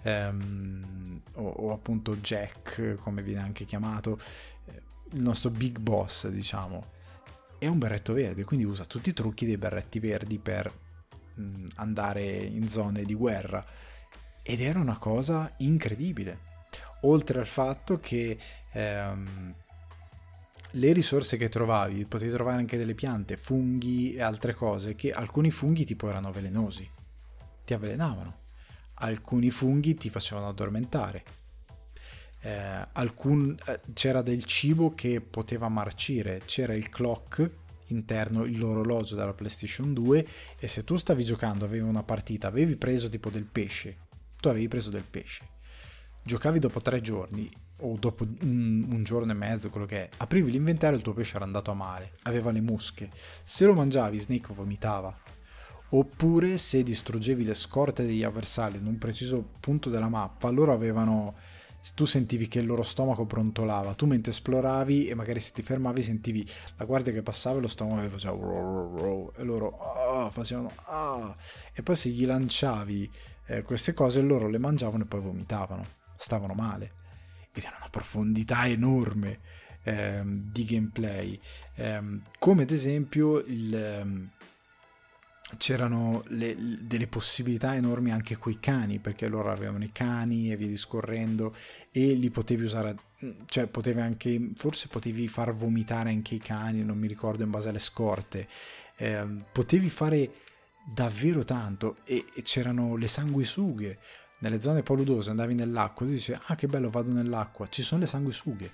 um, o, o appunto Jack, come viene anche chiamato, il nostro Big Boss, diciamo. È un berretto verde, quindi usa tutti i trucchi dei berretti verdi per mh, andare in zone di guerra, ed era una cosa incredibile. Oltre al fatto che ehm, le risorse che trovavi, potevi trovare anche delle piante, funghi e altre cose, che alcuni funghi tipo erano velenosi, ti avvelenavano, alcuni funghi ti facevano addormentare, eh, alcun, eh, c'era del cibo che poteva marcire, c'era il clock interno, l'orologio della PlayStation due, e se tu stavi giocando, avevi una partita, avevi preso tipo del pesce, tu avevi preso del pesce, giocavi dopo tre giorni o dopo un, un giorno e mezzo, quello che è, aprivi l'inventario e il tuo pesce era andato a male, aveva le musche, se lo mangiavi Snake vomitava. Oppure se distruggevi le scorte degli avversari in un preciso punto della mappa, loro avevano, tu sentivi che il loro stomaco brontolava, tu mentre esploravi e magari se ti fermavi sentivi la guardia che passava e lo stomaco faceva row, row, e loro oh, facevano ah, e poi se gli lanciavi eh, queste cose loro le mangiavano e poi vomitavano, stavano male, ed era una profondità enorme ehm, di gameplay, ehm, come ad esempio il ehm, c'erano le, delle possibilità enormi anche coi cani, perché loro avevano i cani e via discorrendo, e li potevi usare, cioè potevi anche, forse potevi far vomitare anche i cani, non mi ricordo, in base alle scorte, eh, potevi fare davvero tanto, e, e c'erano le sanguisughe nelle zone paludose, andavi nell'acqua, tu dicevi ah che bello, vado nell'acqua, ci sono le sanguisughe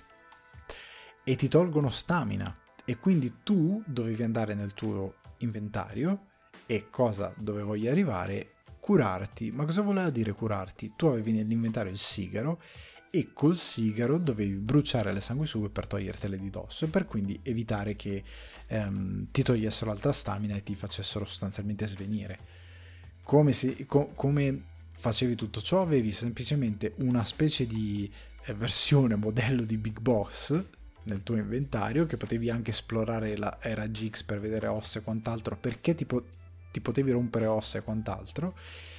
e ti tolgono stamina, e quindi tu dovevi andare nel tuo inventario. E cosa dove voglio arrivare? Curarti. Ma cosa voleva dire curarti? Tu avevi nell'inventario il sigaro, e col sigaro dovevi bruciare le sanguisughe per togliertele di dosso, e per quindi evitare che ehm, ti togliessero altra stamina e ti facessero sostanzialmente svenire. Come, se, co- come facevi tutto ciò? Avevi semplicemente una specie di eh, versione modello di Big Boss nel tuo inventario, che potevi anche esplorare la era G X per vedere ossa e quant'altro, perché tipo ti potevi rompere ossa e quant'altro,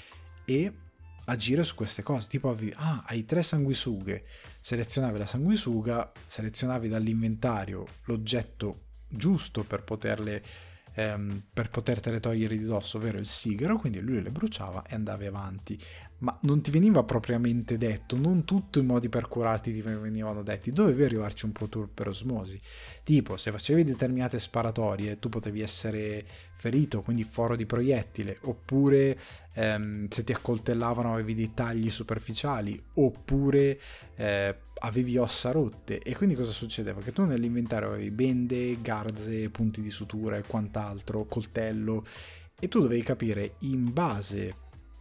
e agire su queste cose, tipo avevi, ah, hai tre sanguisughe, selezionavi la sanguisuga, selezionavi dall'inventario l'oggetto giusto per poterle ehm, per potertele togliere di dosso, ovvero il sigaro, quindi lui le bruciava e andavi avanti. Ma non ti veniva propriamente detto, non tutto i modi per curarti ti venivano detti, dovevi arrivarci un po' tu per osmosi, tipo se facevi determinate sparatorie tu potevi essere ferito, quindi foro di proiettile, oppure ehm, se ti accoltellavano avevi dei tagli superficiali, oppure eh, avevi ossa rotte, e quindi cosa succedeva? Che tu nell'inventario avevi bende, garze, punti di sutura e quant'altro, coltello, e tu dovevi capire in base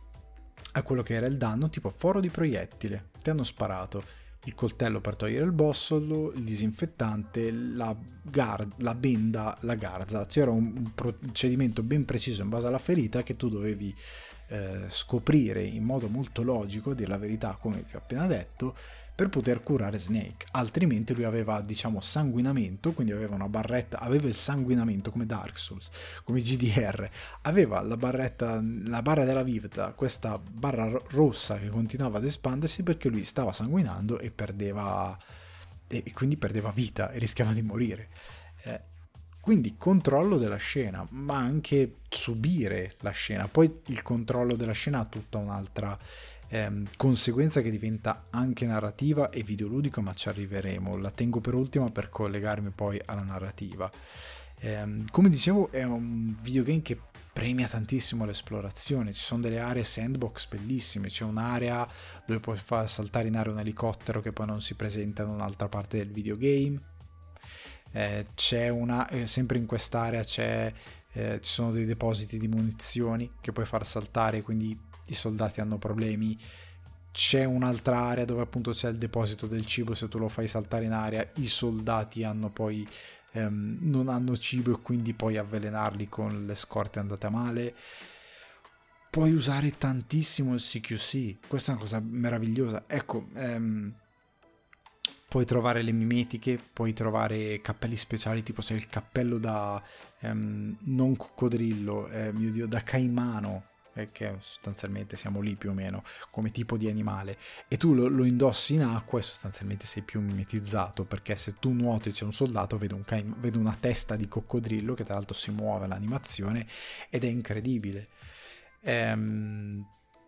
a quello che era il danno, tipo foro di proiettile, ti hanno sparato, il coltello per togliere il bossolo, il disinfettante, la, gar- la benda, la garza. C'era un, un procedimento ben preciso in base alla ferita che tu dovevi eh, scoprire in modo molto logico, dire la verità come vi ho appena detto, per poter curare Snake. Altrimenti lui aveva, diciamo, sanguinamento, quindi aveva una barretta, aveva il sanguinamento come Dark Souls, come G D R, aveva la barretta, la barra della vita, questa barra rossa che continuava ad espandersi perché lui stava sanguinando e perdeva, e quindi perdeva vita e rischiava di morire. Eh, quindi controllo della scena, ma anche subire la scena. Poi il controllo della scena ha tutta un'altra ehm, conseguenza che diventa anche narrativa e videoludico, ma ci arriveremo. La tengo per ultima per collegarmi poi alla narrativa. ehm, come dicevo è un videogame che premia tantissimo l'esplorazione, ci sono delle aree sandbox bellissime, c'è un'area dove puoi far saltare in aria un elicottero che poi non si presenta in un'altra parte del videogame, eh, c'è una, eh, sempre in quest'area c'è, eh, ci sono dei depositi di munizioni che puoi far saltare, quindi i soldati hanno problemi. C'è un'altra area dove appunto c'è il deposito del cibo, se tu lo fai saltare in aria i soldati hanno poi ehm, non hanno cibo e quindi puoi avvelenarli con le scorte andate a male. Puoi usare tantissimo il C Q C, questa è una cosa meravigliosa, ecco, ehm, puoi trovare le mimetiche, puoi trovare cappelli speciali, tipo se il cappello da ehm, non coccodrillo, eh, mio Dio, da caimano, che sostanzialmente siamo lì più o meno come tipo di animale, e tu lo, lo indossi in acqua e sostanzialmente sei più mimetizzato, perché se tu nuoti e c'è un soldato vede, un caim- vede una testa di coccodrillo che tra l'altro si muove l'animazione ed è incredibile. ehm,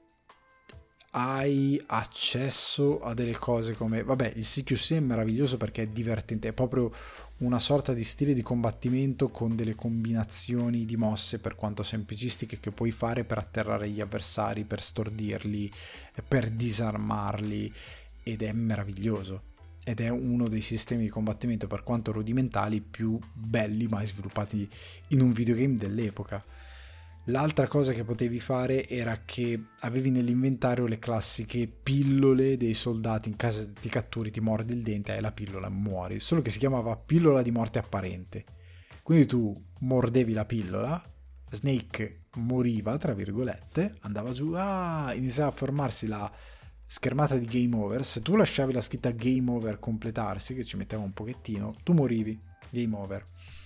Hai accesso a delle cose come, vabbè, il C Q C è meraviglioso perché è divertente, è proprio una sorta di stile di combattimento con delle combinazioni di mosse per quanto semplicistiche che puoi fare per atterrare gli avversari, per stordirli, per disarmarli, ed è meraviglioso. Ed è uno dei sistemi di combattimento, per quanto rudimentali, più belli mai sviluppati in un videogame dell'epoca. L'altra cosa che potevi fare era che avevi nell'inventario le classiche pillole dei soldati, in caso ti catturi, ti mordi il dente, hai la pillola e muori, solo che si chiamava pillola di morte apparente. Quindi tu mordevi la pillola, Snake moriva, tra virgolette, andava giù, ah, iniziava a formarsi la schermata di game over, se tu lasciavi la scritta game over completarsi, che ci metteva un pochettino, tu morivi, game over.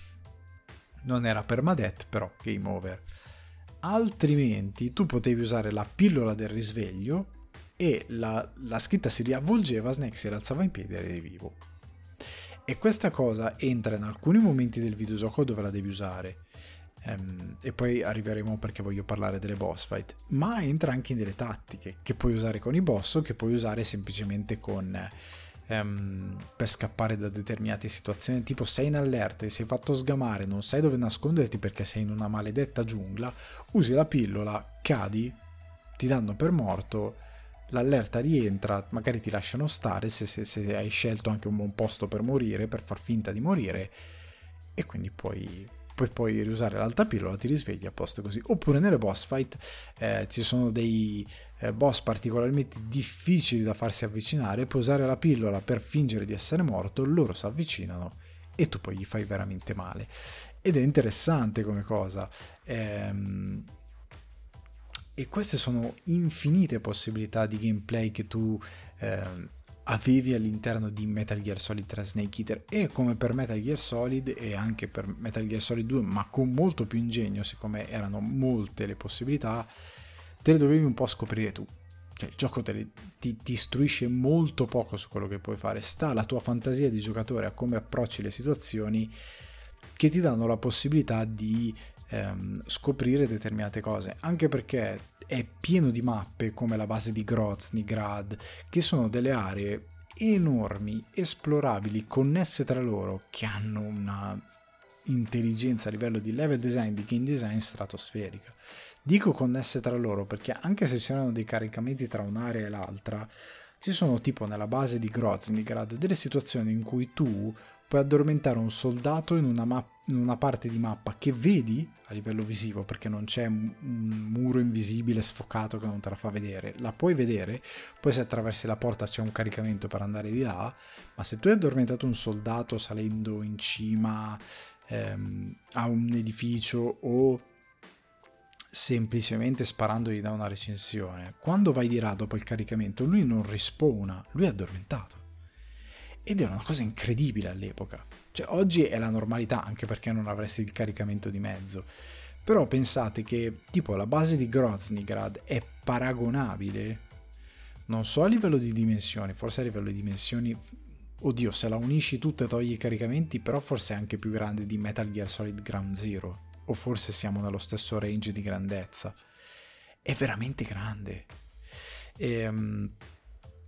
Non era permadeath, però game over. Altrimenti tu potevi usare la pillola del risveglio e la, la scritta si riavvolgeva, Snake si rialzava in piedi ed eri vivo. E questa cosa entra in alcuni momenti del videogioco dove la devi usare, ehm, e poi arriveremo perché voglio parlare delle boss fight, ma entra anche in delle tattiche che puoi usare con i boss o che puoi usare semplicemente con ehm, per scappare da determinate situazioni, tipo sei in allerta e sei fatto sgamare, non sai dove nasconderti perché sei in una maledetta giungla, usi la pillola, cadi, ti danno per morto, l'allerta rientra, magari ti lasciano stare se, se, se hai scelto anche un buon posto per morire, per far finta di morire, e quindi puoi poi puoi riusare l'alta pillola, ti risvegli a posto così. Oppure nelle boss fight eh, ci sono dei eh, boss particolarmente difficili da farsi avvicinare, puoi usare la pillola per fingere di essere morto, loro si avvicinano e tu poi gli fai veramente male, ed è interessante come cosa. ehm, e queste sono infinite possibilità di gameplay che tu ehm, avevi all'interno di Metal Gear Solid tre Snake Eater, e come per Metal Gear Solid e anche per Metal Gear Solid due, ma con molto più ingegno, siccome erano molte le possibilità, te le dovevi un po' scoprire tu. Cioè, il gioco te le, ti, ti istruisce molto poco su quello che puoi fare, sta alla tua fantasia di giocatore, a come approcci le situazioni, che ti danno la possibilità di ehm, scoprire determinate cose, anche perché è pieno di mappe come la base di Grozny Grad, che sono delle aree enormi, esplorabili, connesse tra loro, che hanno una intelligenza a livello di level design, di game design stratosferica. Dico connesse tra loro perché anche se c'erano dei caricamenti tra un'area e l'altra, ci sono tipo nella base di Grozny Grad delle situazioni in cui tu puoi addormentare un soldato in una, map- in una parte di mappa che vedi a livello visivo, perché non c'è un muro invisibile sfocato che non te la fa vedere, la puoi vedere, poi se attraversi la porta c'è un caricamento per andare di là, ma se tu hai addormentato un soldato salendo in cima ehm, a un edificio o semplicemente sparandogli da una recinzione, quando vai di là dopo il caricamento lui non rispawna, lui è addormentato. Ed è una cosa incredibile all'epoca. Cioè, oggi è la normalità, anche perché non avresti il caricamento di mezzo. Però pensate che, tipo, la base di Grozny Grad è paragonabile, non so a livello di dimensioni, forse a livello di dimensioni, oddio, se la unisci tutta e togli i caricamenti, però forse è anche più grande di Metal Gear Solid Ground Zero, o forse siamo nello stesso range di grandezza. È veramente grande. Ehm...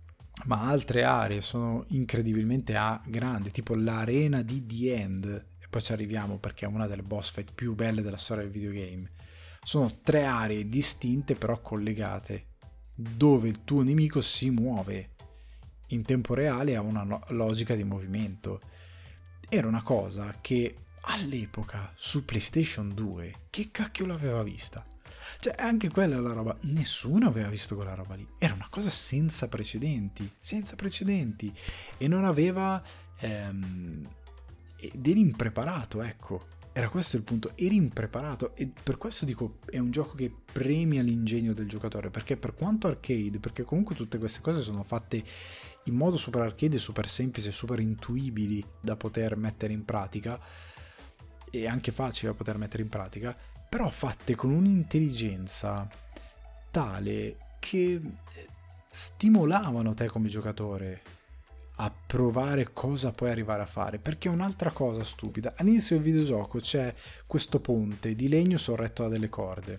ma altre aree sono incredibilmente grandi, tipo l'arena di The End è poi ci arriviamo perché è una delle boss fight più belle della storia del videogame. Sono tre aree distinte però collegate, dove il tuo nemico si muove in tempo reale e ha una no- logica di movimento. Era una cosa che all'epoca su PlayStation due, che cacchio l'aveva vista? Cioè, anche quella è la roba, nessuno aveva visto quella roba lì. Era una cosa senza precedenti, senza precedenti. E non aveva... Ehm, ed eri impreparato, ecco. Era questo il punto, eri impreparato. E per questo dico, è un gioco che premia l'ingegno del giocatore. Perché per quanto arcade, perché comunque tutte queste cose sono fatte in modo super arcade, super semplice, super intuibili da poter mettere in pratica, e anche facile da poter mettere in pratica, però fatte con un'intelligenza tale che stimolavano te come giocatore a provare cosa puoi arrivare a fare. Perché un'altra cosa stupida, all'inizio del videogioco c'è questo ponte di legno sorretto da delle corde,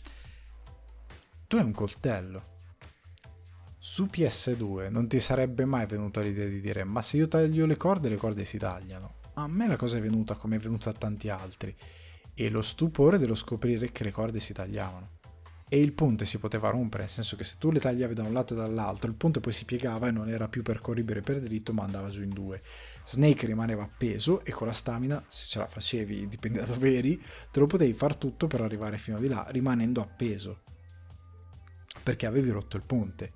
tu hai un coltello. Su P S due non ti sarebbe mai venuta l'idea di dire ma se io taglio le corde, le corde si tagliano. A me la cosa è venuta come è venuta a tanti altri, e lo stupore dello scoprire che le corde si tagliavano e il ponte si poteva rompere, nel senso che se tu le tagliavi da un lato e dall'altro il ponte poi si piegava e non era più percorribile per dritto ma andava giù in due. Snake rimaneva appeso e con la stamina, se ce la facevi, dipende da dove eri, te lo potevi far tutto per arrivare fino di là rimanendo appeso perché avevi rotto il ponte.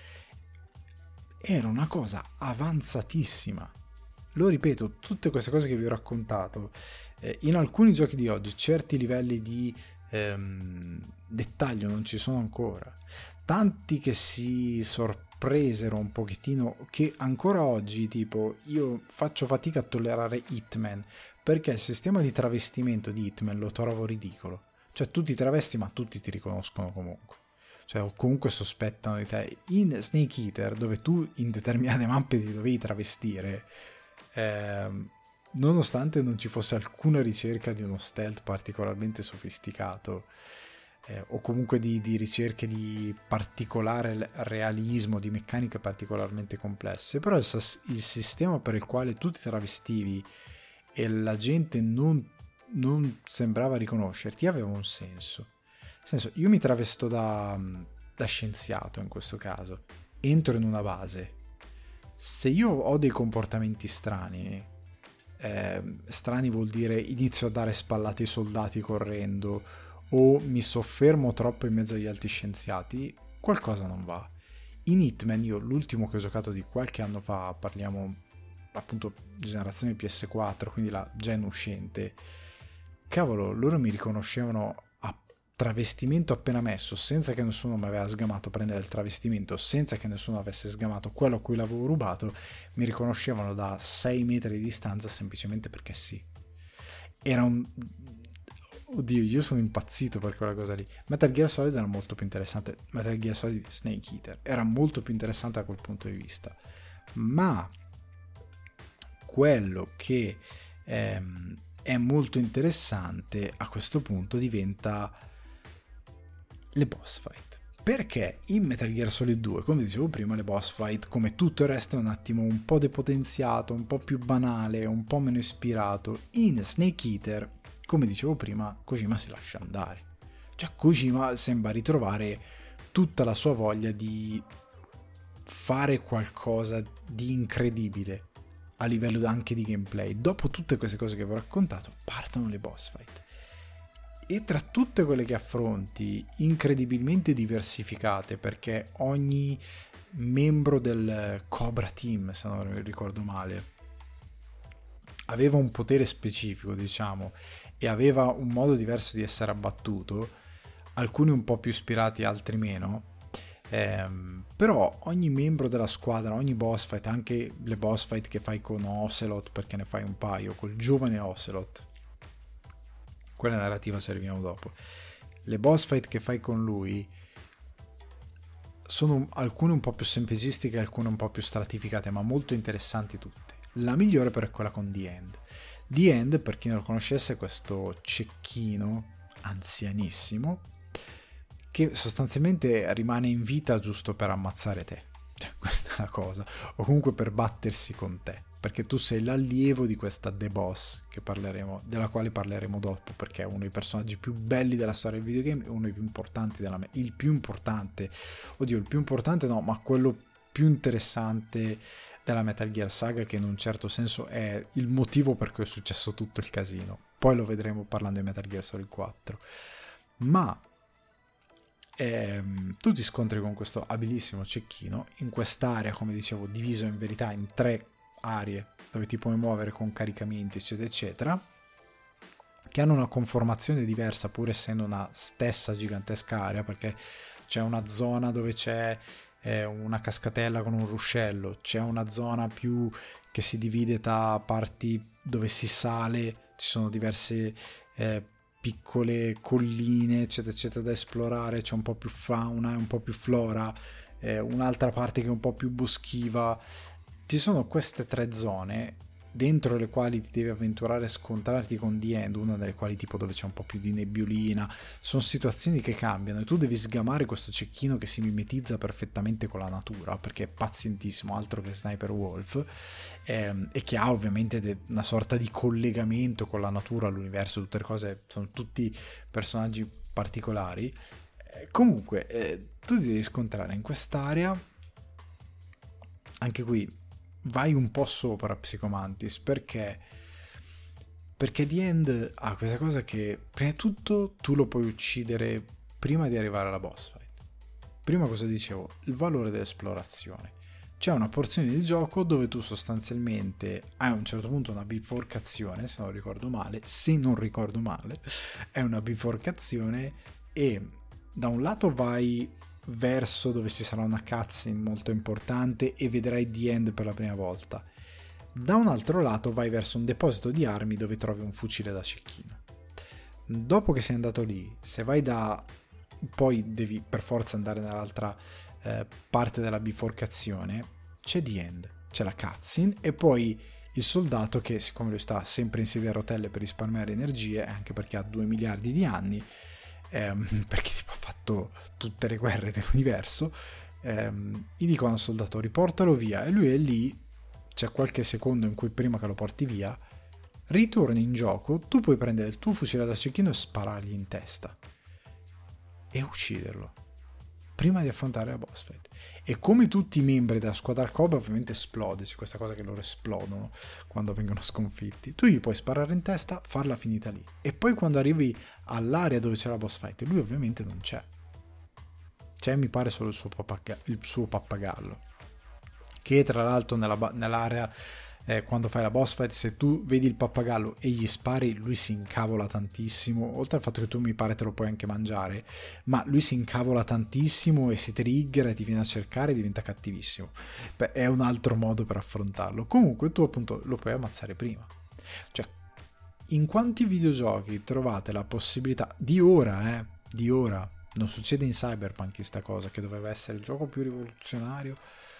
Era una cosa avanzatissima. Lo ripeto, tutte queste cose che vi ho raccontato, eh, in alcuni giochi di oggi certi livelli di ehm, dettaglio non ci sono ancora. Tanti che si sorpresero un pochettino, che ancora oggi, tipo, io faccio fatica a tollerare Hitman, perché il sistema di travestimento di Hitman lo trovo ridicolo. Cioè tu ti travesti ma tutti ti riconoscono comunque. Cioè, o comunque sospettano di te. In Snake Eater, dove tu in determinate mappe ti dovevi travestire, eh, nonostante non ci fosse alcuna ricerca di uno stealth particolarmente sofisticato, eh, o comunque di, di ricerche di particolare realismo, di meccaniche particolarmente complesse, però il, il sistema per il quale tu ti travestivi e la gente non, non sembrava riconoscerti aveva un senso. Nel senso, io mi travesto da, da scienziato in questo caso, entro in una base, se io ho dei comportamenti strani, eh, strani vuol dire inizio a dare spallate ai soldati correndo o mi soffermo troppo in mezzo agli altri scienziati, qualcosa non va. In Hitman, io l'ultimo che ho giocato di qualche anno fa, parliamo appunto generazione P S quattro, quindi la gen uscente, cavolo, loro mi riconoscevano travestimento appena messo, senza che nessuno mi aveva sgamato a prendere il travestimento, senza che nessuno avesse sgamato quello a cui l'avevo rubato, mi riconoscevano da sei metri di distanza semplicemente perché sì. Era un... Oddio, io sono impazzito per quella cosa lì. Metal Gear Solid era molto più interessante. Metal Gear Solid Snake Eater era molto più interessante da quel punto di vista. Ma quello che ehm, è molto interessante a questo punto diventa le boss fight, perché in Metal Gear Solid due, come dicevo prima, le boss fight, come tutto il resto, è un attimo un po' depotenziato, un po' più banale, un po' meno ispirato. In Snake Eater, come dicevo prima, Kojima si lascia andare, cioè Kojima sembra ritrovare tutta la sua voglia di fare qualcosa di incredibile a livello anche di gameplay. Dopo tutte queste cose che vi ho raccontato, partono le boss fight. E tra tutte quelle che affronti, incredibilmente diversificate, perché ogni membro del Cobra Team, se non ricordo male, aveva un potere specifico, diciamo, e aveva un modo diverso di essere abbattuto, alcuni un po' più ispirati, altri meno, ehm, però ogni membro della squadra, ogni boss fight, anche le boss fight che fai con Ocelot, perché ne fai un paio, col giovane Ocelot, quella narrativa ci arriviamo dopo, le boss fight che fai con lui sono alcune un po' più semplicistiche, alcune un po' più stratificate, ma molto interessanti tutte. La migliore però è quella con The End. The End, per chi non lo conoscesse, è questo cecchino anzianissimo che sostanzialmente rimane in vita giusto per ammazzare te, cioè, questa è la cosa, o comunque per battersi con te. perché tu sei l'allievo di questa The Boss, che parleremo, della quale parleremo dopo, perché è uno dei personaggi più belli della storia del videogame, uno dei più importanti della il più importante, oddio il più importante no, ma quello più interessante della Metal Gear Saga, che in un certo senso è il motivo per cui è successo tutto il casino. Poi lo vedremo parlando di Metal Gear Solid quattro. Ma ehm, tu ti scontri con questo abilissimo cecchino in quest'area, come dicevo, diviso in verità in tre aree dove ti puoi muovere con caricamenti eccetera eccetera, che hanno una conformazione diversa pur essendo una stessa gigantesca area, perché c'è una zona dove c'è eh, una cascatella con un ruscello, c'è una zona più che si divide tra parti dove si sale, ci sono diverse eh, piccole colline eccetera eccetera da esplorare, c'è un po' più fauna e un po' più flora, eh, un'altra parte che è un po' più boschiva. Ci sono queste tre zone dentro le quali ti devi avventurare a scontrarti con The End, una delle quali tipo dove c'è un po' più di nebbiolina. Sono situazioni che cambiano e tu devi sgamare questo cecchino che si mimetizza perfettamente con la natura, perché è pazientissimo, altro che Sniper Wolf, ehm, e che ha ovviamente una sorta di collegamento con la natura, l'universo, tutte le cose, sono tutti personaggi particolari. Eh, comunque eh, tu ti devi scontrare in quest'area. Anche qui vai un po' sopra Psychomantis, perché perché The End ha questa cosa che prima di tutto tu lo puoi uccidere prima di arrivare alla boss fight. Prima cosa dicevo, il valore dell'esplorazione. C'è una porzione di gioco dove tu sostanzialmente hai a un certo punto una biforcazione, se non ricordo male, se non ricordo male, è una biforcazione e da un lato vai verso dove ci sarà una cutscene molto importante e vedrai The End per la prima volta. Da un altro lato vai verso un deposito di armi dove trovi un fucile da cecchino. Dopo che sei andato lì, se vai da... poi devi per forza andare nell'altra eh, parte della biforcazione, c'è The End, c'è la cutscene e poi il soldato che, siccome lui sta sempre in sedia a rotelle per risparmiare energie, anche perché ha due miliardi di anni, ehm, perché tipo ha fatto tutte le guerre dell'universo, ehm, gli dicono al soldato riportalo via, e lui è lì, c'è qualche secondo in cui prima che lo porti via ritorni in gioco, tu puoi prendere il tuo fucile da cecchino e sparargli in testa e ucciderlo prima di affrontare la boss fight. E come tutti i membri della squadra Cobra ovviamente esplode, c'è questa cosa che loro esplodono quando vengono sconfitti, tu gli puoi sparare in testa, farla finita lì, e poi quando arrivi all'area dove c'è la boss fight lui ovviamente non c'è, c'è mi pare solo il suo, pappaga- il suo pappagallo, che tra l'altro nella, nell'area eh, quando fai la boss fight, se tu vedi il pappagallo e gli spari, lui si incavola tantissimo, oltre al fatto che tu mi pare te lo puoi anche mangiare, ma lui si incavola tantissimo e si trigger e ti viene a cercare e diventa cattivissimo. Beh, è un altro modo per affrontarlo. Comunque tu appunto lo puoi ammazzare prima. Cioè, in quanti videogiochi trovate la possibilità di ora, eh, di ora, non succede in Cyberpunk questa cosa, che doveva essere il gioco più rivoluzionario.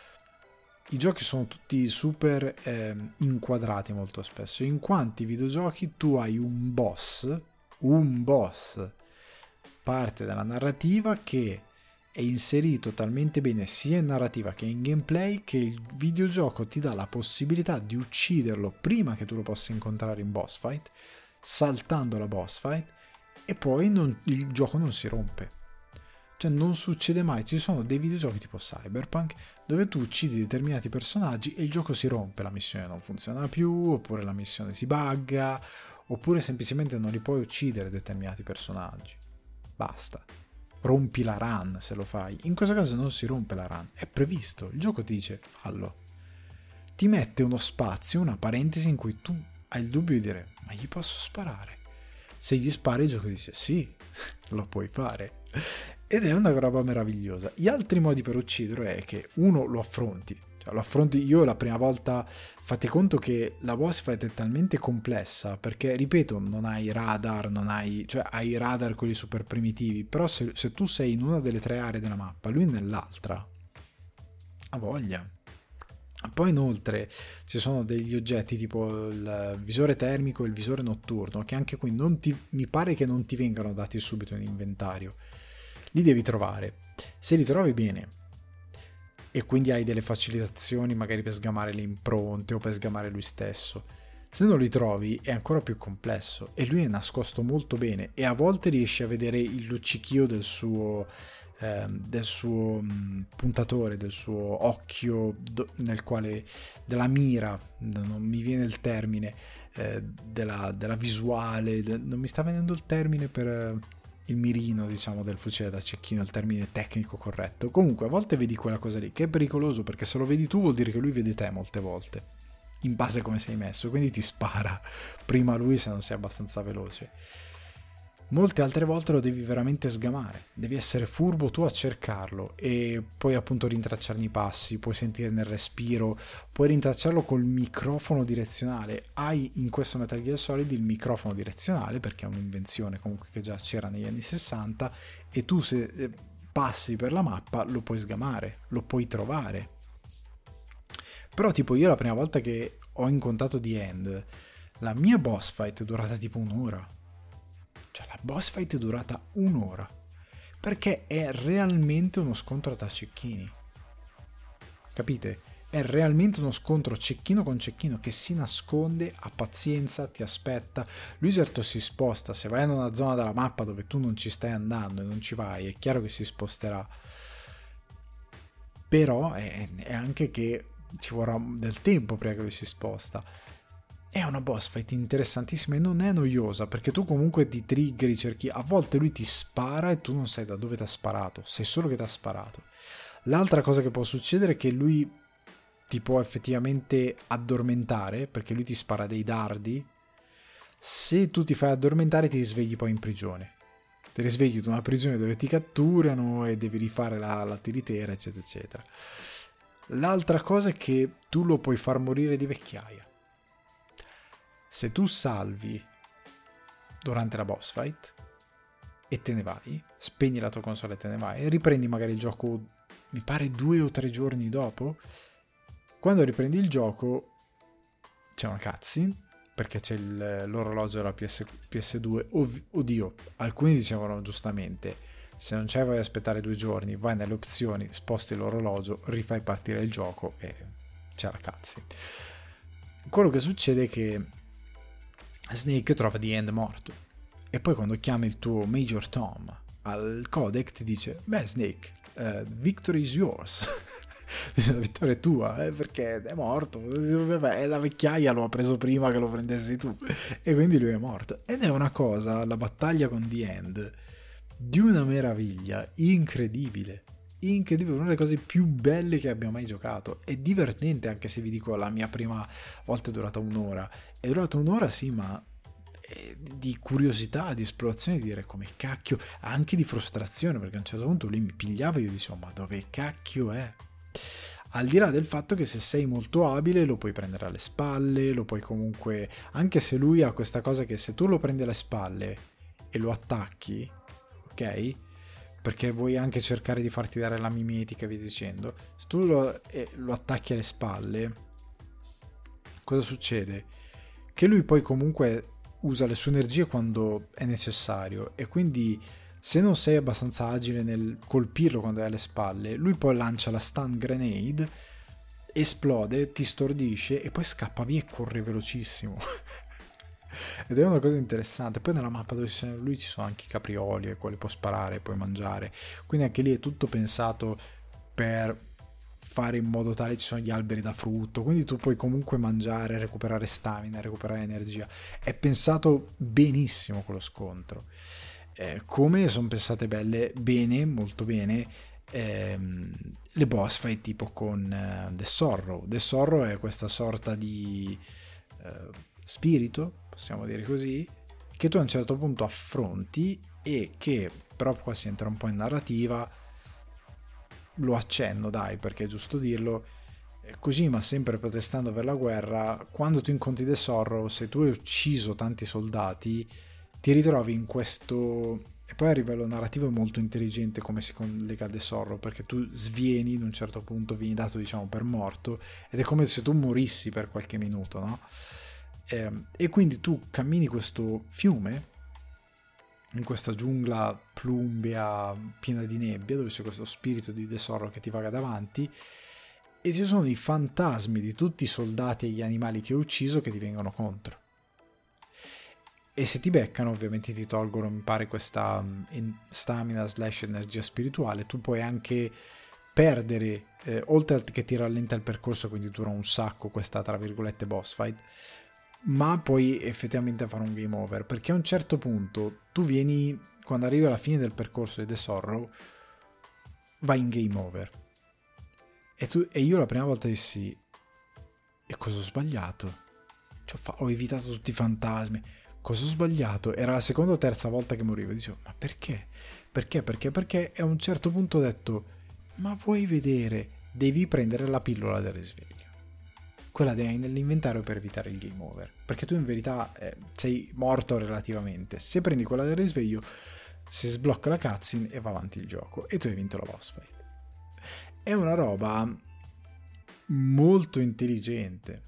I giochi sono tutti super eh, inquadrati molto spesso. In quanti videogiochi tu hai un boss, un boss, parte della narrativa che è inserito talmente bene sia in narrativa che in gameplay, che il videogioco ti dà la possibilità di ucciderlo prima che tu lo possa incontrare in boss fight, saltando la boss fight, e poi non, il gioco non si rompe. Cioè non succede mai. Ci sono dei videogiochi tipo Cyberpunk dove tu uccidi determinati personaggi e il gioco si rompe, la missione non funziona più, oppure la missione si bugga, oppure semplicemente non li puoi uccidere determinati personaggi. Basta. Rompi la run se lo fai. In questo caso non si rompe la run, è previsto, il gioco ti dice fallo. Ti mette uno spazio, una parentesi in cui tu hai il dubbio di dire ma gli posso sparare? Se gli spari il gioco dice sì, lo puoi fare. Ed è una roba meravigliosa. Gli altri modi per ucciderlo è che uno lo affronti, cioè lo affronti. Io la prima volta, fate conto che la boss fight è talmente complessa perché, ripeto, non hai radar, non hai, cioè hai radar quelli super primitivi, però se, se tu sei in una delle tre aree della mappa, lui nell'altra, ha voglia. Poi inoltre ci sono degli oggetti tipo il visore termico e il visore notturno, che anche qui non ti, mi pare che non ti vengano dati subito in inventario. Li devi trovare. Se li trovi bene, e quindi hai delle facilitazioni magari per sgamare le impronte o per sgamare lui stesso. Se non li trovi è ancora più complesso e lui è nascosto molto bene e a volte riesci a vedere il luccichio del suo, eh, del suo mh, puntatore, del suo occhio do, nel quale, della mira, non mi viene il termine, eh, della, della visuale, de, non mi sta venendo il termine per il mirino, diciamo, del fucile da cecchino, il termine tecnico corretto. Comunque a volte vedi quella cosa lì che è pericoloso, perché se lo vedi tu vuol dire che lui vede te molte volte in base a come sei messo, quindi ti spara prima lui se non sei abbastanza veloce. Molte altre volte lo devi veramente sgamare, devi essere furbo tu a cercarlo e poi appunto rintracciarne i passi, puoi sentire nel respiro, puoi rintracciarlo col microfono direzionale. Hai in questo Metal Gear Solid il microfono direzionale perché è un'invenzione comunque che già c'era negli anni sessanta e tu se passi per la mappa lo puoi sgamare, lo puoi trovare. Però tipo io la prima volta che ho incontrato The End, la mia boss fight è durata tipo un'ora. Cioè la boss fight è durata un'ora. Perché è realmente uno scontro tra cecchini. Capite? È realmente uno scontro cecchino con cecchino che si nasconde, ha pazienza, ti aspetta. Lui certo si sposta, se vai in una zona della mappa dove tu non ci stai andando e non ci vai, è chiaro che si sposterà. Però è, è anche che ci vorrà del tempo prima che lui si sposta. È una boss fight interessantissima e non è noiosa perché tu comunque ti triggeri, cerchi, a volte lui ti spara e tu non sai da dove ti ha sparato, sai solo che ti ha sparato. L'altra cosa che può succedere è che lui ti può effettivamente addormentare perché lui ti spara dei dardi. Se tu ti fai addormentare ti risvegli poi in prigione, ti risvegli in una prigione dove ti catturano e devi rifare la, la tiritera eccetera eccetera. L'altra cosa è che tu lo puoi far morire di vecchiaia. Se tu salvi durante la boss fight e te ne vai, spegni la tua console e te ne vai, e riprendi magari il gioco, mi pare due o tre giorni dopo, quando riprendi il gioco c'è una cutscene, perché c'è il, l'orologio della P S, P S due, Ov- oddio, alcuni dicevano giustamente, se non c'è vuoi aspettare due giorni, vai nelle opzioni, sposti l'orologio, rifai partire il gioco e c'è la cutscene. Quello che succede è che Snake trova The End morto e poi quando chiami il tuo Major Tom al codec ti dice beh Snake, uh, victory is yours. La vittoria è tua, eh, perché è morto, vabbè, la vecchiaia lo ha preso prima che lo prendessi tu e quindi lui è morto. Ed è una cosa, la battaglia con The End, di una meraviglia incredibile, incredibile, una delle cose più belle che abbia mai giocato. È divertente, anche se vi dico la mia prima volta è durata un'ora, è durata un'ora sì, ma di curiosità, di esplorazione, di dire come cacchio, anche di frustrazione, perché a un certo punto lui mi pigliava e io dicevo ma dove cacchio è? Al di là del fatto che se sei molto abile lo puoi prendere alle spalle, lo puoi comunque, anche se lui ha questa cosa che se tu lo prendi alle spalle e lo attacchi, ok? Perché vuoi anche cercare di farti dare la mimetica e via dicendo, se tu lo, eh, lo attacchi alle spalle, cosa succede? Che lui poi comunque usa le sue energie quando è necessario e quindi se non sei abbastanza agile nel colpirlo quando è alle spalle, lui poi lancia la stun grenade, esplode, ti stordisce e poi scappa via e corre velocissimo. Ed è una cosa interessante. Poi nella mappa dove c'è lui ci sono anche i caprioli ai quali può sparare, puoi mangiare, quindi anche lì è tutto pensato per fare in modo tale, ci sono gli alberi da frutto, quindi tu puoi comunque mangiare, recuperare stamina, recuperare energia. È pensato benissimo quello scontro. Eh, come sono pensate belle, bene, molto bene, ehm, le boss fight tipo con eh, The Sorrow. The Sorrow è questa sorta di eh, spirito, possiamo dire così, che tu a un certo punto affronti e che, però qua si entra un po' in narrativa, lo accenno dai perché è giusto dirlo, Kojima sempre protestando per la guerra, quando tu incontri The Sorrow, se tu hai ucciso tanti soldati ti ritrovi in questo, e poi a livello narrativo è molto intelligente come si collega a The Sorrow, perché tu svieni in un certo punto, vieni dato diciamo per morto ed è come se tu morissi per qualche minuto, no? E, e quindi tu cammini questo fiume in questa giungla plumbea piena di nebbia, dove c'è questo spirito di De Sorro che ti vaga davanti, e ci sono i fantasmi di tutti i soldati e gli animali che hai ucciso che ti vengono contro. E se ti beccano, ovviamente ti tolgono, mi pare, questa stamina slash energia spirituale. Tu puoi anche perdere, eh, oltre al che ti rallenta il percorso, quindi dura un sacco questa, tra virgolette, boss fight, ma puoi effettivamente fare un game over, perché a un certo punto tu vieni, quando arrivi alla fine del percorso di The Sorrow, vai in game over. E, tu, e io la prima volta dissi, e cosa ho sbagliato? Cioè, ho evitato tutti i fantasmi, cosa ho sbagliato? Era la seconda o terza volta che morivo. Dicevo, ma perché? Perché? Perché? Perché? E a un certo punto ho detto, ma vuoi vedere? Devi prendere la pillola del risveglio. Quella che hai nell'inventario per evitare il game over. Perché tu in verità eh, sei morto relativamente. Se prendi quella del risveglio, si sblocca la cutscene e va avanti il gioco. E tu hai vinto la boss fight. È una roba molto intelligente.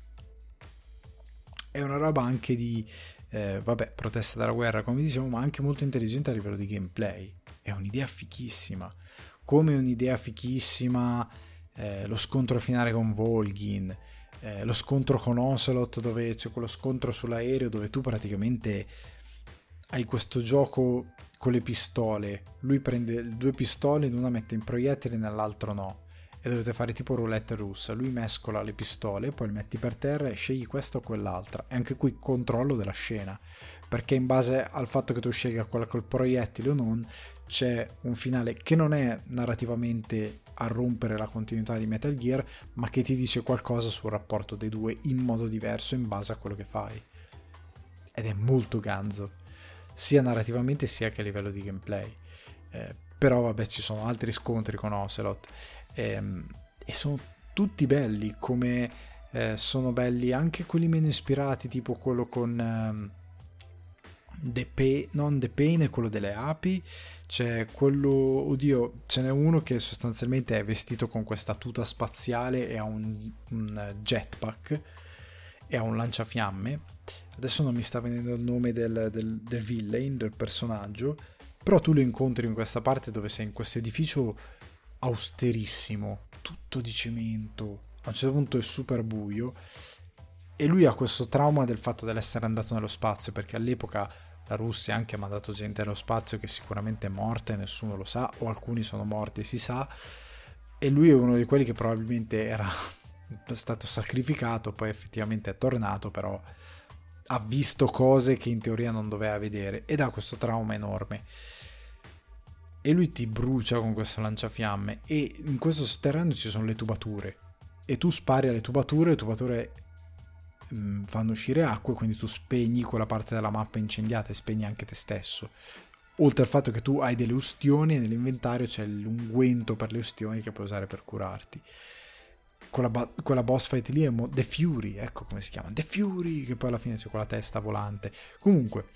È una roba anche di... Eh, vabbè, protesta dalla guerra, come dicevo, ma anche molto intelligente a livello di gameplay. È un'idea fichissima. Come un'idea fichissima eh, lo scontro finale con Volgin, eh, lo scontro con Ocelot, dove c'è quello scontro sull'aereo dove tu praticamente hai questo gioco con le pistole. Lui prende due pistole, in una mette in proiettili, nell'altro no. E dovete fare tipo roulette russa. Lui mescola le pistole, poi le metti per terra e scegli questa o quell'altra. E anche qui controllo della scena, perché in base al fatto che tu scelga quella col proiettile o non, c'è un finale che non è narrativamente a rompere la continuità di Metal Gear, ma che ti dice qualcosa sul rapporto dei due in modo diverso in base a quello che fai. Ed è molto ganzo, sia narrativamente sia che a livello di gameplay. Eh, però vabbè, ci sono altri scontri con Ocelot. E, e sono tutti belli, come eh, sono belli anche quelli meno ispirati, tipo quello con ehm, The Pain, non The Pain, è quello delle api. C'è quello, oddio, ce n'è uno che sostanzialmente è vestito con questa tuta spaziale e ha un, un jetpack e ha un lanciafiamme. Adesso non mi sta venendo il nome del, del, del villain, del personaggio, però tu lo incontri in questa parte dove sei in questo edificio austerissimo, tutto di cemento, a un certo punto è super buio e lui ha questo trauma del fatto dell'essere andato nello spazio, perché all'epoca la Russia anche ha mandato gente nello spazio che sicuramente è morta e nessuno lo sa, o alcuni sono morti, si sa, e lui è uno di quelli che probabilmente era stato sacrificato, poi effettivamente è tornato, però ha visto cose che in teoria non doveva vedere ed ha questo trauma enorme. E lui ti brucia con questo lanciafiamme e in questo sotterraneo ci sono le tubature e tu spari alle tubature, le tubature mh, fanno uscire acqua, quindi tu spegni quella parte della mappa incendiata e spegni anche te stesso, oltre al fatto che tu hai delle ustioni e nell'inventario c'è l'unguento per le ustioni che puoi usare per curarti. Quella, ba- quella boss fight lì è mo- The Fury, ecco come si chiama, The Fury, che poi alla fine c'è quella testa volante. Comunque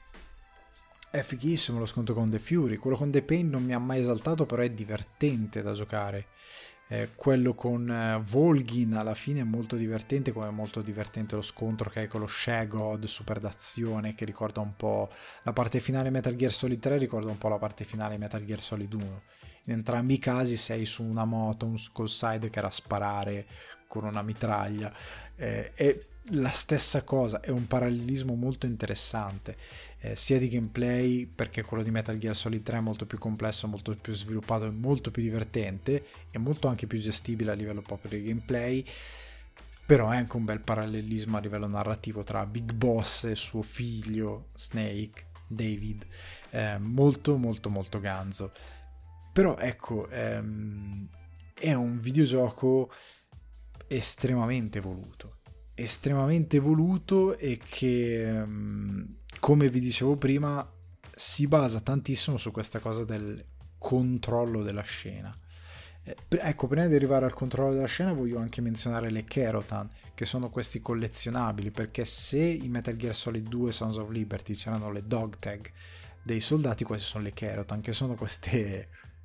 è fighissimo lo scontro con The Fury. Quello con The Pain non mi ha mai esaltato, però è divertente da giocare. Eh, quello con eh, Volgin alla fine è molto divertente, come è molto divertente lo scontro che hai con lo Shagod super d'azione, che ricorda un po' la parte finale Metal Gear Solid tre, ricorda un po' la parte finale Metal Gear Solid uno. In entrambi i casi sei su una moto, un, col sidecar a sparare con una mitraglia. Eh, è la stessa cosa, è un parallelismo molto interessante, eh, sia di gameplay, perché quello di Metal Gear Solid tre è molto più complesso, molto più sviluppato e molto più divertente e molto anche più gestibile a livello proprio di gameplay, però è anche un bel parallelismo a livello narrativo tra Big Boss e suo figlio Snake, David, eh, molto molto molto ganzo. Però ecco, ehm, è un videogioco estremamente voluto estremamente voluto e che, come vi dicevo prima, si basa tantissimo su questa cosa del controllo della scena. Eh, ecco, prima di arrivare al controllo della scena voglio anche menzionare le Kerotan, che sono questi collezionabili, perché se in Metal Gear Solid due Sons of Liberty c'erano le dog tag dei soldati, queste sono le Kerotan, che sono queste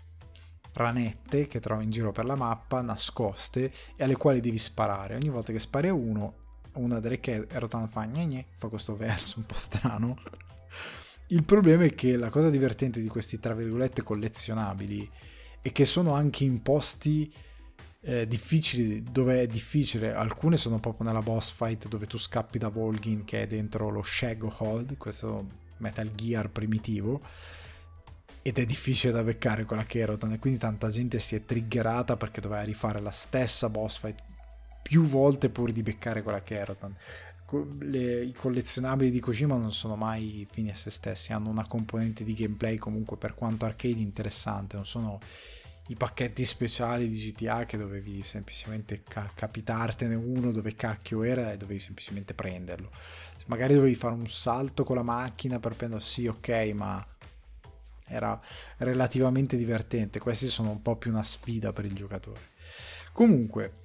ranette che trovi in giro per la mappa, nascoste, e alle quali devi sparare. Ogni volta che spari a uno, una delle Kerotan fa gne gne, fa questo verso un po' strano Il problema è che la cosa divertente di questi tra virgolette collezionabili è che sono anche imposti eh, difficili, dove è difficile. Alcune sono proprio nella boss fight dove tu scappi da Volgin che è dentro lo Shagohold, questo Metal Gear primitivo, ed è difficile da beccare quella Kerotan, e quindi tanta gente si è triggerata perché doveva rifare la stessa boss fight più volte pur di beccare quella Kerotan. Le, i collezionabili di Kojima non sono mai fini a se stessi, hanno una componente di gameplay comunque per quanto arcade interessante, non sono i pacchetti speciali di G T A che dovevi semplicemente ca- capitartene uno dove cacchio era e dovevi semplicemente prenderlo. Magari dovevi fare un salto con la macchina per prenderlo, sì, ok, ma era relativamente divertente. Questi sono un po' più una sfida per il giocatore. Comunque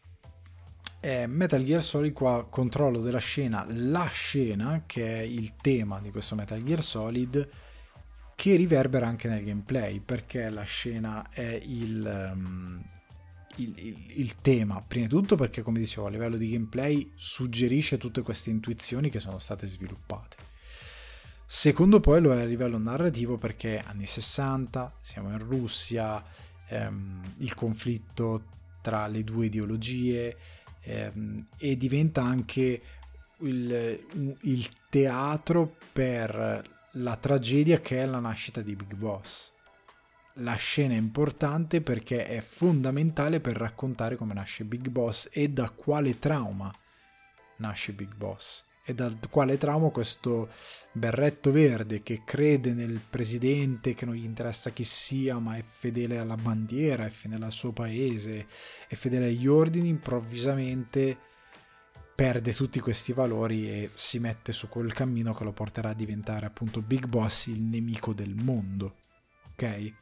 eh, Metal Gear Solid, qua controllo della scena, la scena che è il tema di questo Metal Gear Solid, che riverbera anche nel gameplay, perché la scena è il, um, il, il, il tema, prima di tutto perché, come dicevo, a livello di gameplay suggerisce tutte queste intuizioni che sono state sviluppate. Secondo, poi lo è a livello narrativo perché anni sessanta, siamo in Russia, ehm, il conflitto tra le due ideologie, ehm, e diventa anche il, il teatro per la tragedia che è la nascita di Big Boss. La scena è importante perché è fondamentale per raccontare come nasce Big Boss e da quale trauma nasce Big Boss, e da quale trauma questo berretto verde che crede nel presidente, che non gli interessa chi sia, ma è fedele alla bandiera, è fedele al suo paese, è fedele agli ordini, improvvisamente perde tutti questi valori e si mette su quel cammino che lo porterà a diventare appunto Big Boss, il nemico del mondo, ok?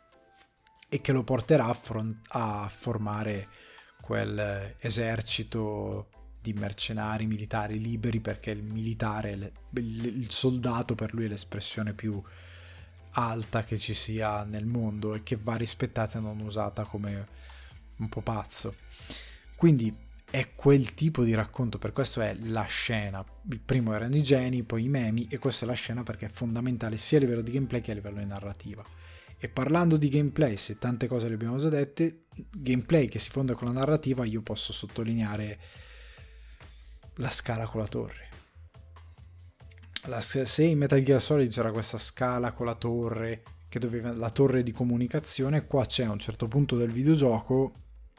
E che lo porterà a, front- a formare quel esercito di mercenari militari liberi, perché il militare, il, il soldato per lui è l'espressione più alta che ci sia nel mondo e che va rispettata e non usata come un po' pazzo. Quindi è quel tipo di racconto, per questo è la scena. Il primo erano i geni, poi i memi, e questa è la scena perché è fondamentale sia a livello di gameplay che a livello di narrativa. E parlando di gameplay, se tante cose le abbiamo già dette, gameplay che si fonda con la narrativa, io posso sottolineare la scala con la torre. La, se in Metal Gear Solid c'era questa scala con la torre, che doveva, la torre di comunicazione, qua c'è a un certo punto del videogioco,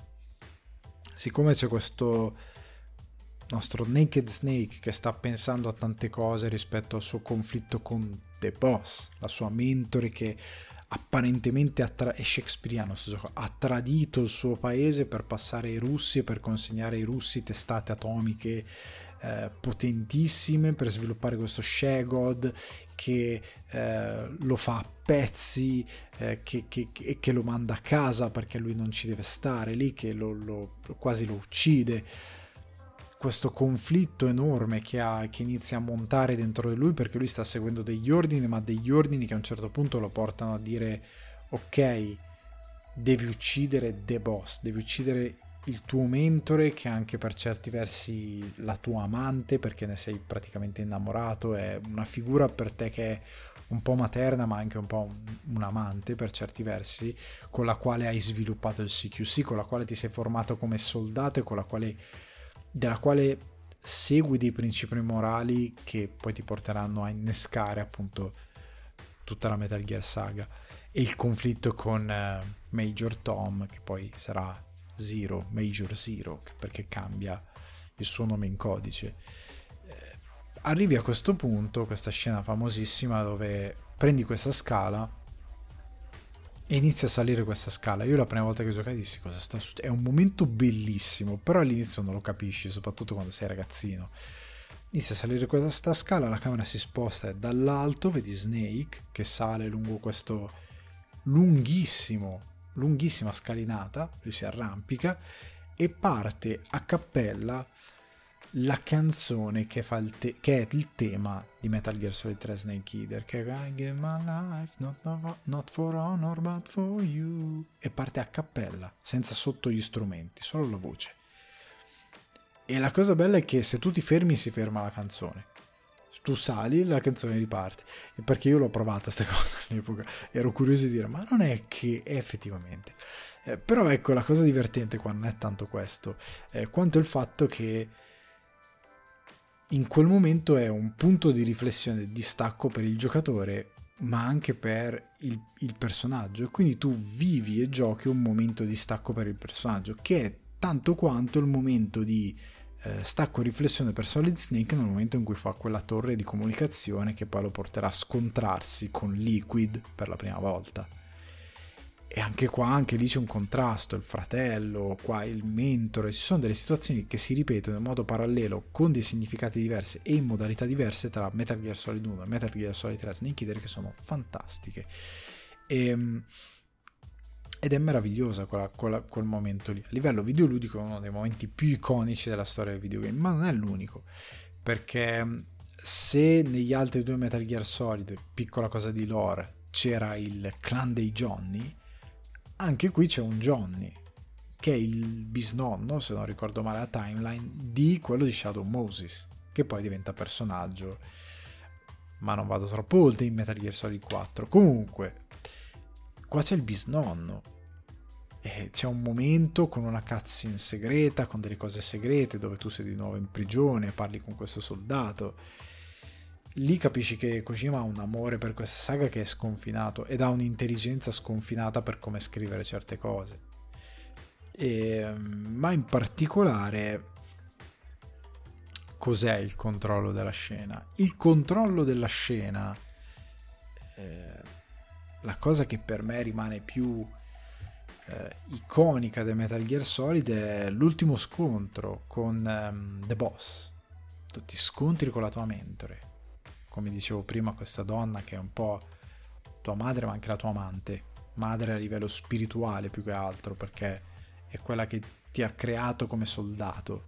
siccome c'è questo nostro Naked Snake che sta pensando a tante cose rispetto al suo conflitto con The Boss, la sua mentore che apparentemente attra- è shakespeariano sto gioco, ha tradito il suo paese per passare ai russi e per consegnare ai russi testate atomiche eh, potentissime, per sviluppare questo Shagod che eh, lo fa a pezzi, eh, che, che, che, che lo manda a casa perché lui non ci deve stare lì, che lo, lo, quasi lo uccide. Questo conflitto enorme che, ha, che inizia a montare dentro di lui perché lui sta seguendo degli ordini, ma degli ordini che a un certo punto lo portano a dire ok, devi uccidere The Boss, devi uccidere il tuo mentore, che è anche per certi versi la tua amante, perché ne sei praticamente innamorato, è una figura per te che è un po' materna ma anche un po' un, un amante per certi versi, con la quale hai sviluppato il C Q C, con la quale ti sei formato come soldato e con la quale della quale segui dei principi morali che poi ti porteranno a innescare appunto tutta la Metal Gear saga, e il conflitto con uh, Major Tom, che poi sarà Zero, Major Zero, perché cambia il suo nome in codice. Eh, arrivi a questo punto, questa scena famosissima dove prendi questa scala e inizia a salire questa scala. Io la prima volta che giocai dissi cosa sta succedendo, è un momento bellissimo, però all'inizio non lo capisci, soprattutto quando sei ragazzino. Inizia a salire questa scala, la camera si sposta e dall'alto vedi Snake che sale lungo questo lunghissimo lunghissima scalinata, lui si arrampica e parte a cappella la canzone che, fa il te- che è il tema di Metal Gear Solid tre Snake Eater, che è I give my life not, not, not for honor but for you, e parte a cappella senza sotto gli strumenti, solo la voce. E la cosa bella è che se tu ti fermi si ferma la canzone, tu sali, la canzone riparte. E perché io l'ho provata sta cosa all'epoca, ero curioso di dire, ma non è che è effettivamente. Eh, però ecco, la cosa divertente qua non è tanto questo, eh, quanto il fatto che in quel momento è un punto di riflessione, di stacco per il giocatore, ma anche per il, il personaggio. E quindi tu vivi e giochi un momento di stacco per il personaggio, che è tanto quanto il momento di eh, stacco e riflessione per Solid Snake nel momento in cui fa quella torre di comunicazione che poi lo porterà a scontrarsi con Liquid per la prima volta. E anche qua, anche lì c'è un contrasto, il fratello, qua il mentore, ci sono delle situazioni che si ripetono in modo parallelo con dei significati diversi e in modalità diverse tra Metal Gear Solid uno e Metal Gear Solid tre Snake Eater, che sono fantastiche. E, ed è meravigliosa quella, quella, quel momento lì. A livello videoludico è uno dei momenti più iconici della storia del videogame, ma non è l'unico, perché se negli altri due Metal Gear Solid, piccola cosa di lore, c'era il clan dei Johnny, anche qui c'è un Johnny che è il bisnonno, se non ricordo male la timeline, di quello di Shadow Moses, che poi diventa personaggio, ma non vado troppo oltre, in Metal Gear Solid quattro. Comunque qua c'è il bisnonno e c'è un momento con una cutscene segreta, con delle cose segrete, dove tu sei di nuovo in prigione e parli con questo soldato. Lì capisci che Kojima ha un amore per questa saga che è sconfinato ed ha un'intelligenza sconfinata per come scrivere certe cose. E, ma in particolare, cos'è il controllo della scena? Il controllo della scena, eh, la cosa che per me rimane più eh, iconica del Metal Gear Solid è l'ultimo scontro con um, The Boss. Tu ti scontri con la tua mentore, come dicevo prima, questa donna che è un po' tua madre ma anche la tua amante, madre a livello spirituale più che altro, perché è quella che ti ha creato come soldato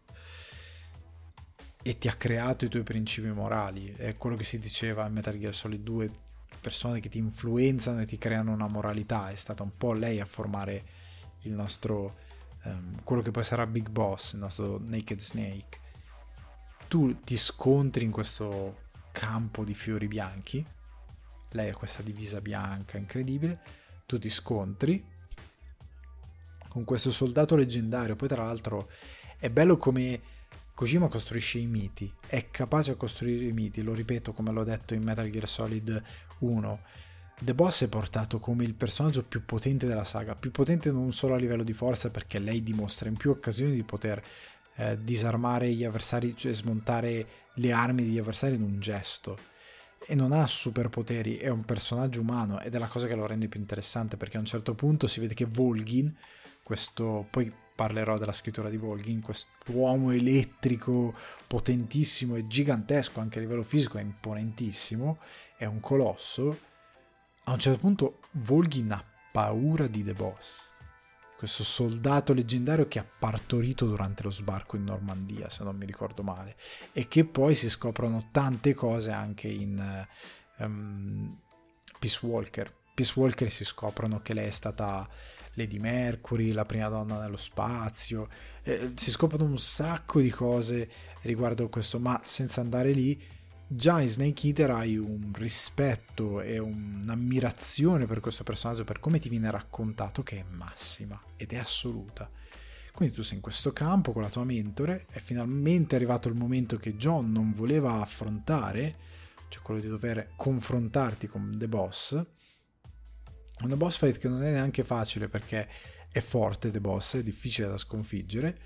e ti ha creato i tuoi principi morali. È quello che si diceva in Metal Gear Solid due, persone che ti influenzano e ti creano una moralità. È stata un po' lei a formare il nostro um, quello che poi sarà Big Boss, il nostro Naked Snake. Tu ti scontri in questo campo di fiori bianchi, lei ha questa divisa bianca incredibile, tu ti scontri con questo soldato leggendario. Poi tra l'altro è bello come Kojima costruisce i miti, è capace a costruire i miti, lo ripeto come l'ho detto in Metal Gear Solid uno, The Boss è portato come il personaggio più potente della saga, più potente non solo a livello di forza, perché lei dimostra in più occasioni di poter eh, disarmare gli avversari, cioè smontare le armi degli avversari in un gesto, e non ha superpoteri, è un personaggio umano ed è la cosa che lo rende più interessante, perché a un certo punto si vede che Volgin, questo, poi parlerò della scrittura di Volgin, quest'uomo elettrico potentissimo e gigantesco anche a livello fisico, è imponentissimo, è un colosso. A un certo punto Volgin ha paura di The Boss, questo soldato leggendario che ha partorito durante lo sbarco in Normandia, se non mi ricordo male, e che poi si scoprono tante cose anche in um, Peace Walker. Peace Walker si scoprono che lei è stata Lady Mercury, la prima donna nello spazio, eh, si scoprono un sacco di cose riguardo questo, ma senza andare lì, già in Snake Eater hai un rispetto e un'ammirazione per questo personaggio, per come ti viene raccontato, che è massima ed è assoluta. Quindi tu sei in questo campo con la tua mentore, è finalmente arrivato il momento che John non voleva affrontare, cioè quello di dover confrontarti con The Boss. Una boss fight che non è neanche facile, perché è forte The Boss, è difficile da sconfiggere.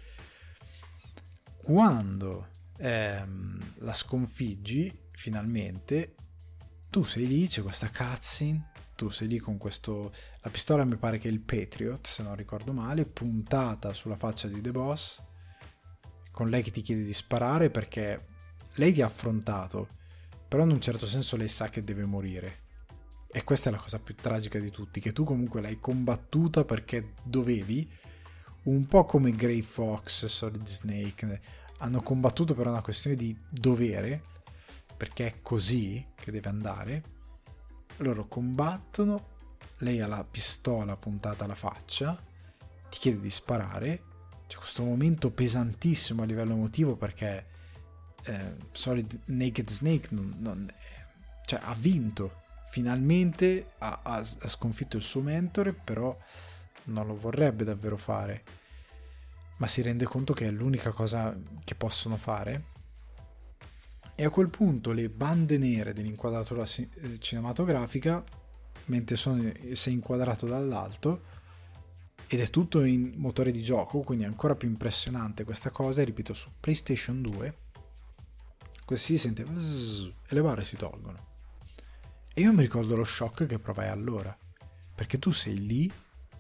Quando ehm, la sconfiggi finalmente, tu sei lì, c'è questa cutscene, tu sei lì con questo, la pistola mi pare che è il Patriot se non ricordo male, puntata sulla faccia di The Boss, con lei che ti chiede di sparare perché lei ti ha affrontato, però in un certo senso lei sa che deve morire. E questa è la cosa più tragica di tutti, che tu comunque l'hai combattuta perché dovevi, un po' come Grey Fox e Solid Snake hanno combattuto per una questione di dovere, perché è così che deve andare. Loro combattono, lei ha la pistola puntata alla faccia, ti chiede di sparare, c'è questo momento pesantissimo a livello emotivo, perché eh, Solid Naked Snake non, non, cioè ha vinto finalmente, ha, ha, ha sconfitto il suo mentore, però non lo vorrebbe davvero fare, ma si rende conto che è l'unica cosa che possono fare. E a quel punto le bande nere dell'inquadratura cinematografica, mentre sono, sei inquadrato dall'alto, ed è tutto in motore di gioco, quindi è ancora più impressionante questa cosa. E ripeto, su PlayStation due così si sente bzzz, e le barre si tolgono. E io mi ricordo lo shock che provai allora, perché tu sei lì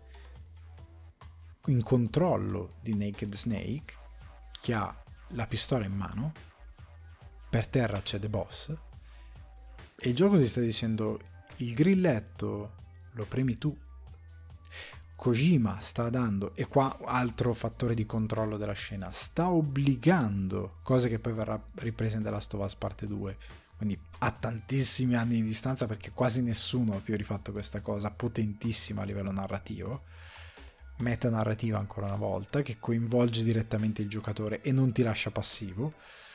in controllo di Naked Snake, che ha la pistola in mano, per terra c'è The Boss, e il gioco ti sta dicendo: il grilletto lo premi tu. Kojima sta dando, e qua altro fattore di controllo della scena, sta obbligando, cose che poi verrà ripresa in The Last of Us parte due, quindi a tantissimi anni di distanza, perché quasi nessuno ha più rifatto questa cosa potentissima a livello narrativo, metanarrativa ancora una volta, che coinvolge direttamente il giocatore e non ti lascia passivo.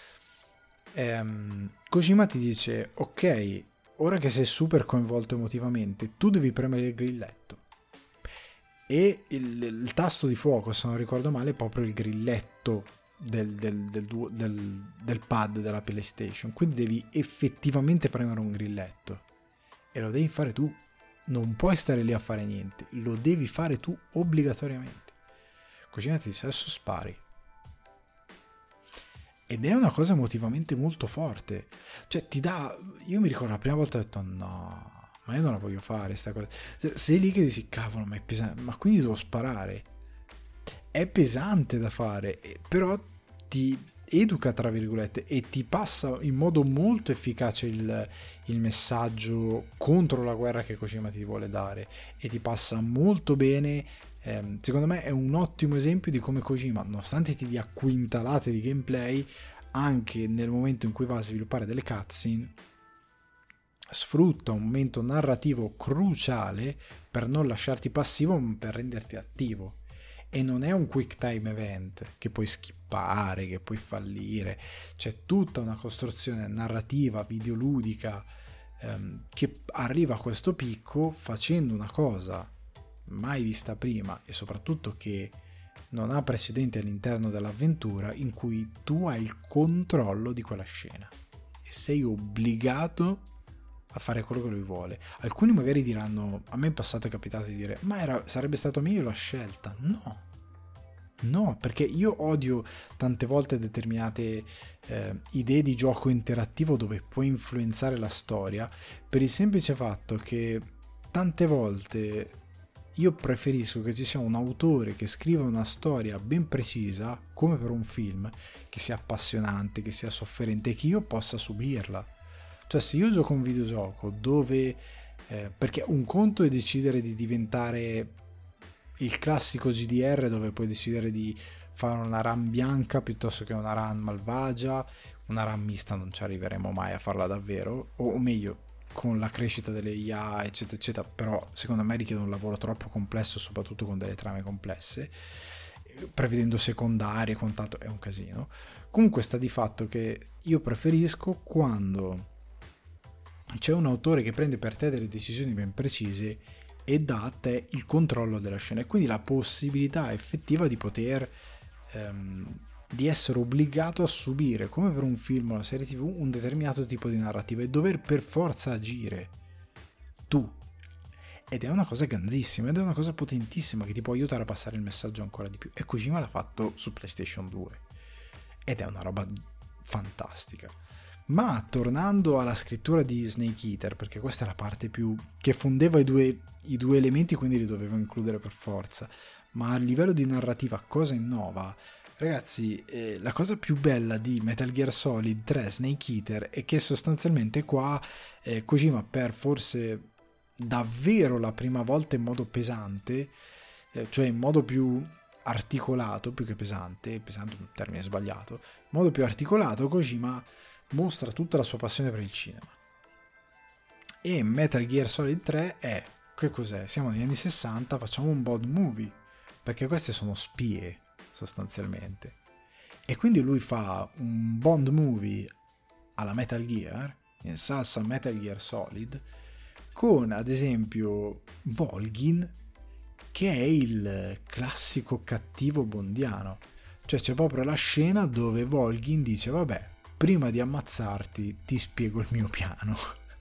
ehm, Kojima ti dice: ok, ora che sei super coinvolto emotivamente, tu devi premere il grilletto, e il, il tasto di fuoco, se non ricordo male, è proprio il grilletto del, del, del, del, del pad della PlayStation, quindi devi effettivamente premere un grilletto e lo devi fare tu, non puoi stare lì a fare niente, lo devi fare tu obbligatoriamente. Kojima ti dice: adesso spari. Ed è una cosa emotivamente molto forte, cioè ti dà, io mi ricordo la prima volta ho detto: no, ma io non la voglio fare sta cosa. Sei lì che dici: cavolo, ma è pesante, ma quindi devo sparare. È pesante da fare, però ti educa, tra virgolette, e ti passa in modo molto efficace il, il messaggio contro la guerra che Kojima ti vuole dare, e ti passa molto bene. Eh, secondo me è un ottimo esempio di come Kojima, nonostante ti dia quintalate di gameplay, anche nel momento in cui va a sviluppare delle cutscene, sfrutta un momento narrativo cruciale per non lasciarti passivo, ma per renderti attivo. E non è un quick time event che puoi skippare, che puoi fallire. C'è tutta una costruzione narrativa, videoludica, ehm, che arriva a questo picco facendo una cosa mai vista prima, e soprattutto che non ha precedenti all'interno dell'avventura, in cui tu hai il controllo di quella scena e sei obbligato a fare quello che lui vuole. Alcuni magari diranno: a me in passato è capitato di dire: ma era, sarebbe stato meglio la scelta. No, no, perché io odio tante volte determinate eh, idee di gioco interattivo dove puoi influenzare la storia, per il semplice fatto che tante volte io preferisco che ci sia un autore che scriva una storia ben precisa, come per un film, che sia appassionante, che sia sofferente, e che io possa subirla. Cioè, se io gioco un videogioco dove eh, perché un conto è decidere di diventare il classico G D R, dove puoi decidere di fare una run bianca piuttosto che una run malvagia, una run mista non ci arriveremo mai a farla davvero, o, o meglio, con la crescita delle I A eccetera eccetera, però secondo me richiede un lavoro troppo complesso, soprattutto con delle trame complesse, prevedendo secondarie e quant'altro, è un casino. Comunque sta di fatto che io preferisco quando c'è un autore che prende per te delle decisioni ben precise e dà a te il controllo della scena, e quindi la possibilità effettiva di poter ehm, di essere obbligato a subire, come per un film o una serie tv, un determinato tipo di narrativa e dover per forza agire tu. Ed è una cosa ganzissima, ed è una cosa potentissima che ti può aiutare a passare il messaggio ancora di più, e Kojima l'ha fatto su PlayStation due ed è una roba fantastica. Ma tornando alla scrittura di Snake Eater, perché questa è la parte più che fondeva i due, i due elementi, quindi li dovevo includere per forza, ma a livello di narrativa cosa innova? Ragazzi, eh, la cosa più bella di Metal Gear Solid tre Snake Eater è che sostanzialmente qua eh, Kojima, per forse davvero la prima volta in modo pesante, eh, cioè in modo più articolato, più che pesante, pesante è un termine sbagliato, in modo più articolato, Kojima mostra tutta la sua passione per il cinema. E Metal Gear Solid tre è, che cos'è? Siamo negli anni sessanta, facciamo un Bond movie, perché queste sono spie sostanzialmente, E quindi lui fa un Bond movie alla Metal Gear, in salsa Metal Gear Solid, con ad esempio Volgin, che è il classico cattivo bondiano. Cioè c'è proprio la scena dove Volgin dice: vabbè, prima di ammazzarti ti spiego il mio piano.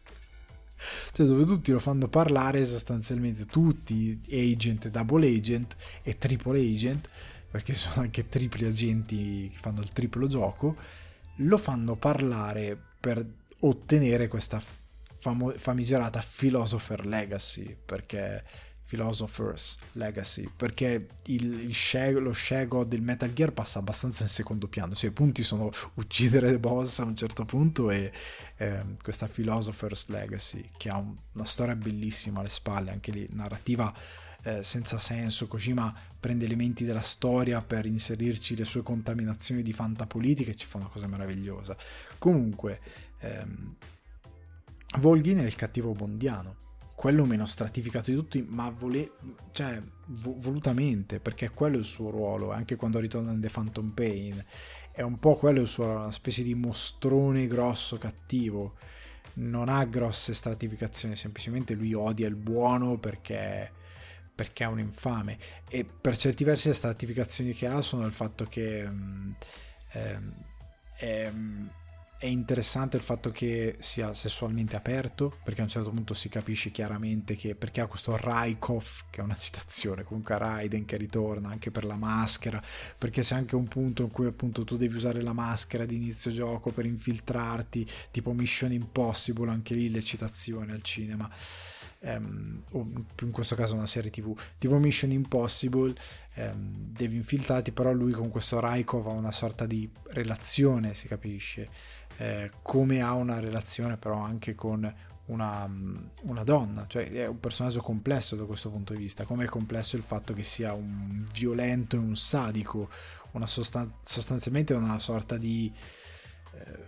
Cioè dove tutti lo fanno parlare, sostanzialmente tutti, agent, double agent e triple agent, perché sono anche tripli agenti che fanno il triplo gioco, lo fanno parlare per ottenere questa famo- famigerata Philosopher Legacy, perché Philosopher's Legacy, perché il, il Shego, lo Shego del Metal Gear passa abbastanza in secondo piano, cioè i punti sono uccidere il boss a un certo punto e eh, questa Philosopher's Legacy che ha un, una storia bellissima alle spalle, anche lì narrativa eh, senza senso. Kojima prende elementi della storia per inserirci le sue contaminazioni di fantapolitica e ci fa una cosa meravigliosa. Comunque ehm, Volgin è il cattivo bondiano, quello meno stratificato di tutti, ma vole- cioè, vo- volutamente, perché quello è il suo ruolo. Anche quando ritorna in The Phantom Pain è un po' quello il suo ruolo, una specie di mostrone grosso cattivo, non ha grosse stratificazioni, semplicemente lui odia il buono perché perché è un infame, e per certi versi le stratificazioni che ha sono il fatto che um, ehm, è, è interessante il fatto che sia sessualmente aperto, perché a un certo punto si capisce chiaramente che perché ha questo Rykov, che è una citazione comunque a Raiden che ritorna anche per la maschera, perché c'è anche un punto in cui appunto tu devi usare la maschera di inizio gioco per infiltrarti, tipo Mission Impossible, anche lì le citazioni al cinema. Um, o in questo caso una serie tv tipo Mission Impossible, um, devi infiltrarti, però lui con questo Rykov ha una sorta di relazione, si capisce, eh, come ha una relazione però anche con una, una donna, cioè è un personaggio complesso da questo punto di vista, come è complesso il fatto che sia un violento e un sadico, una sostan- sostanzialmente una sorta di eh,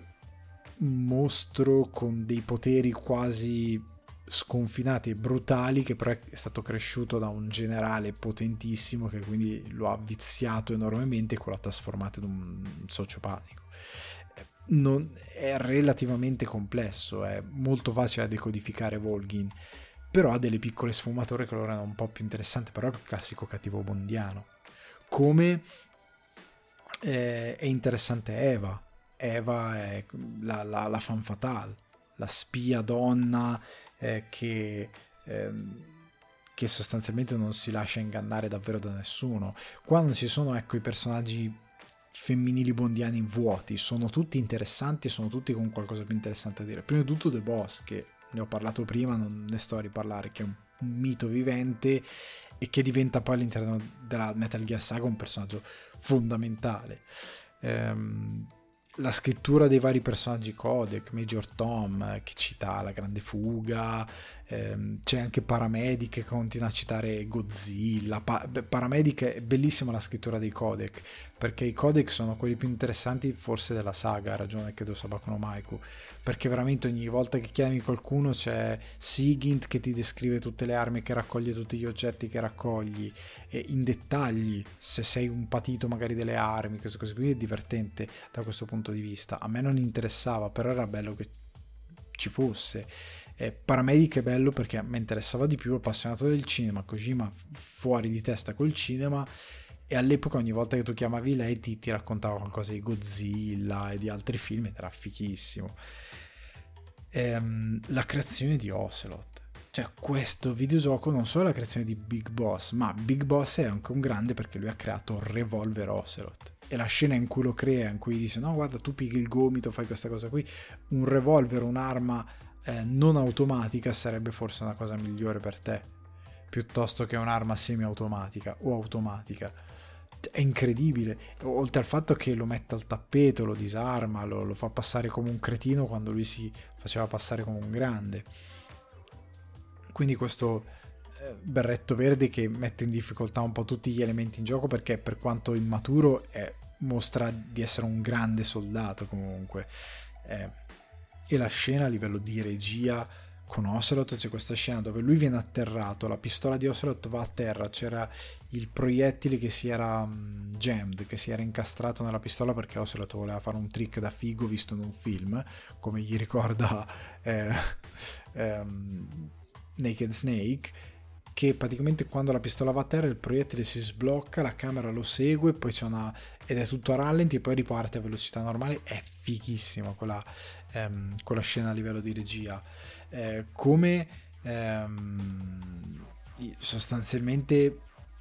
mostro con dei poteri quasi sconfinati e brutali, che però è stato cresciuto da un generale potentissimo che quindi lo ha viziato enormemente e quello ha trasformato in un sociopatico. Non, è relativamente complesso, è molto facile da decodificare Volgin, però ha delle piccole sfumature che lo rendono un po' più interessante. Però è il classico cattivo bondiano. Come eh, è interessante Eva Eva è la, la, la femme fatale, la spia donna eh, che, ehm, che sostanzialmente non si lascia ingannare davvero da nessuno. Quando ci sono, ecco, i personaggi femminili bondiani vuoti, sono tutti interessanti e sono tutti con qualcosa più interessante da dire. Prima di tutto The Boss, che ne ho parlato prima, non ne sto a riparlare, che è un, un mito vivente e che diventa poi all'interno della Metal Gear Saga un personaggio fondamentale. Ehm, la scrittura dei vari personaggi codec, Major Tom che cita La Grande Fuga, ehm, c'è anche Paramedic che continua a citare Godzilla. Pa- Paramedic è bellissima la scrittura dei codec, perché i codec sono quelli più interessanti forse della saga, ha ragione credo Sabako no Maiku, perché veramente ogni volta che chiami qualcuno c'è Sigint che ti descrive tutte le armi che raccoglie, tutti gli oggetti che raccogli e in dettagli, se sei un patito magari delle armi, queste cose qui. È divertente da questo punto di vista. A me non interessava, però era bello che ci fosse. eh, Paramedic è bello perché mi interessava di più, appassionato del cinema, Kojima fuori di testa col cinema, e all'epoca ogni volta che tu chiamavi lei ti, ti raccontava qualcosa di Godzilla e di altri film ed era fichissimo. Ehm, la creazione di Ocelot, cioè questo videogioco non solo la creazione di Big Boss, ma Big Boss è anche un grande perché lui ha creato Revolver Ocelot, e la scena in cui lo crea, in cui dice no guarda tu pigli il gomito, fai questa cosa qui, un revolver, un'arma eh, non automatica sarebbe forse una cosa migliore per te piuttosto che un'arma semiautomatica o automatica. È incredibile, oltre al fatto che lo mette al tappeto, lo disarma, lo, lo fa passare come un cretino quando lui si faceva passare come un grande. Quindi questo eh, berretto verde che mette in difficoltà un po' tutti gli elementi in gioco, perché per quanto immaturo è, mostra di essere un grande soldato comunque. Eh, e la scena a livello di regia con Ocelot c'è questa scena dove lui viene atterrato, la pistola di Ocelot va a terra, c'era il proiettile che si era um, jammed, che si era incastrato nella pistola perché Ocelot voleva fare un trick da figo visto in un film, come gli ricorda eh, ehm, Naked Snake, che praticamente quando la pistola va a terra il proiettile si sblocca, la camera lo segue, poi c'è una ed è tutto a rallenti e poi riparte a velocità normale. È fighissima quella, ehm, quella scena a livello di regia, eh, come ehm, sostanzialmente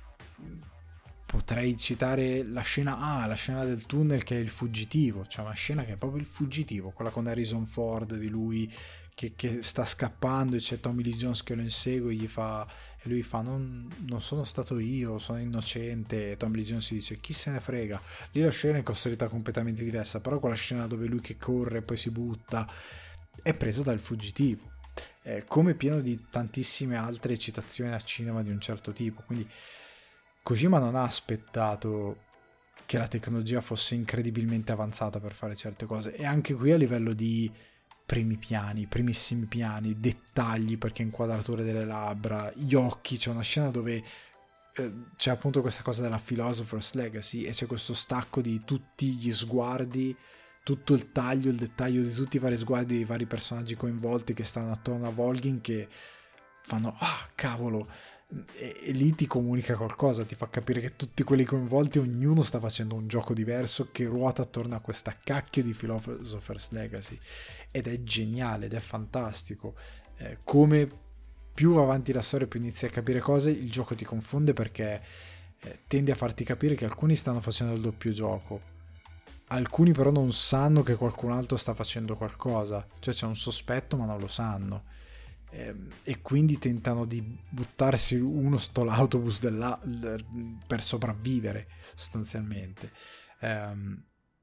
potrei citare la scena ah, la scena del tunnel che è il fuggitivo, cioè una scena che è proprio il fuggitivo, quella con Harrison Ford di lui che, che sta scappando e c'è Tommy Lee Jones che lo insegue e gli fa e lui fa non, non sono stato io, sono innocente, e Tommy Lee Jones si dice chi se ne frega. Lì la scena è costruita completamente diversa, però quella scena dove lui che corre e poi si butta è presa dal fuggitivo, eh, come pieno di tantissime altre citazioni a cinema di un certo tipo. Quindi Kojima non ha aspettato che la tecnologia fosse incredibilmente avanzata per fare certe cose, e anche qui a livello di primi piani, primissimi piani, dettagli, perché inquadrature delle labbra, gli occhi, c'è una scena dove eh, c'è appunto questa cosa della Philosopher's Legacy e c'è questo stacco di tutti gli sguardi, tutto il taglio, il dettaglio di tutti i vari sguardi dei vari personaggi coinvolti che stanno attorno a Volgin, che fanno ah cavolo, e, e lì ti comunica qualcosa, ti fa capire che tutti quelli coinvolti ognuno sta facendo un gioco diverso che ruota attorno a questa cacchio di Philosopher's Legacy, ed è geniale ed è fantastico, eh, come più avanti la storia più inizi a capire cose, il gioco ti confonde perché eh, tende a farti capire che alcuni stanno facendo il doppio gioco, alcuni però non sanno che qualcun altro sta facendo qualcosa, cioè c'è un sospetto ma non lo sanno, e quindi tentano di buttarsi uno sto l'autobus della, per sopravvivere sostanzialmente. Um,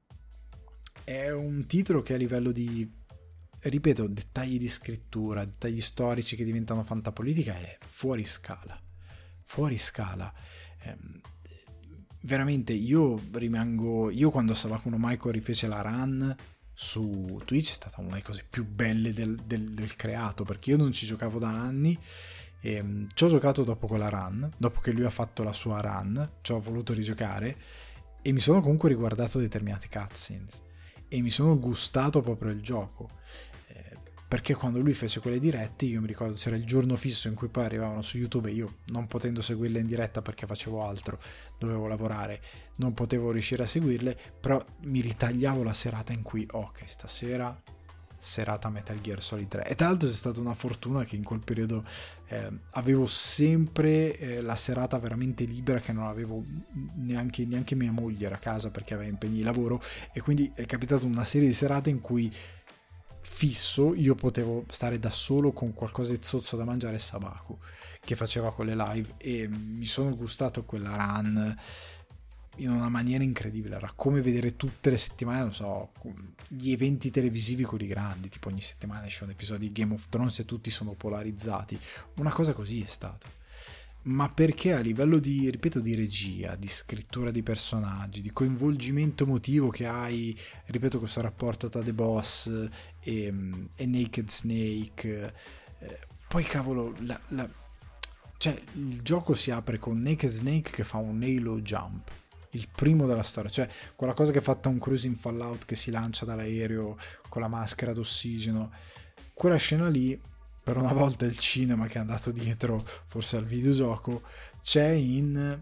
è un titolo che a livello di, ripeto, dettagli di scrittura, dettagli storici che diventano fantapolitica è fuori scala, fuori scala. Um, veramente io rimango, io quando Savakuno Michael rifece la run su Twitch è stata una delle cose più belle del, del, del creato, perché io non ci giocavo da anni e ci ho giocato dopo quella run, dopo che lui ha fatto la sua run ci ho voluto rigiocare e mi sono comunque riguardato determinate cutscenes e mi sono gustato proprio il gioco, eh, perché quando lui fece quelle dirette io mi ricordo c'era il giorno fisso in cui poi arrivavano su YouTube e io non potendo seguirle in diretta perché facevo altro, dovevo lavorare, non potevo riuscire a seguirle, però mi ritagliavo la serata in cui ok, stasera serata Metal Gear Solid tre, e tra l'altro c'è stata una fortuna che in quel periodo eh, avevo sempre eh, la serata veramente libera, che non avevo neanche, neanche mia moglie era a casa perché aveva impegni di lavoro, e quindi è capitato una serie di serate in cui fisso io potevo stare da solo con qualcosa di zozzo da mangiare, Sabaku che faceva quelle live, e mi sono gustato quella run in una maniera incredibile. Era come vedere tutte le settimane, non so, gli eventi televisivi quelli grandi, tipo ogni settimana esce un episodio di Game of Thrones e tutti sono polarizzati, una cosa così è stato, ma perché a livello di, ripeto, di regia, di scrittura di personaggi, di coinvolgimento emotivo che hai, ripeto, questo rapporto tra The Boss e, e Naked Snake, eh, poi cavolo la, la, cioè il gioco si apre con Naked Snake che fa un Halo Jump, il primo della storia, cioè quella cosa che ha fatto un Cruise in Fallout che si lancia dall'aereo con la maschera d'ossigeno, quella scena lì, per una volta il cinema che è andato dietro forse al videogioco, c'è in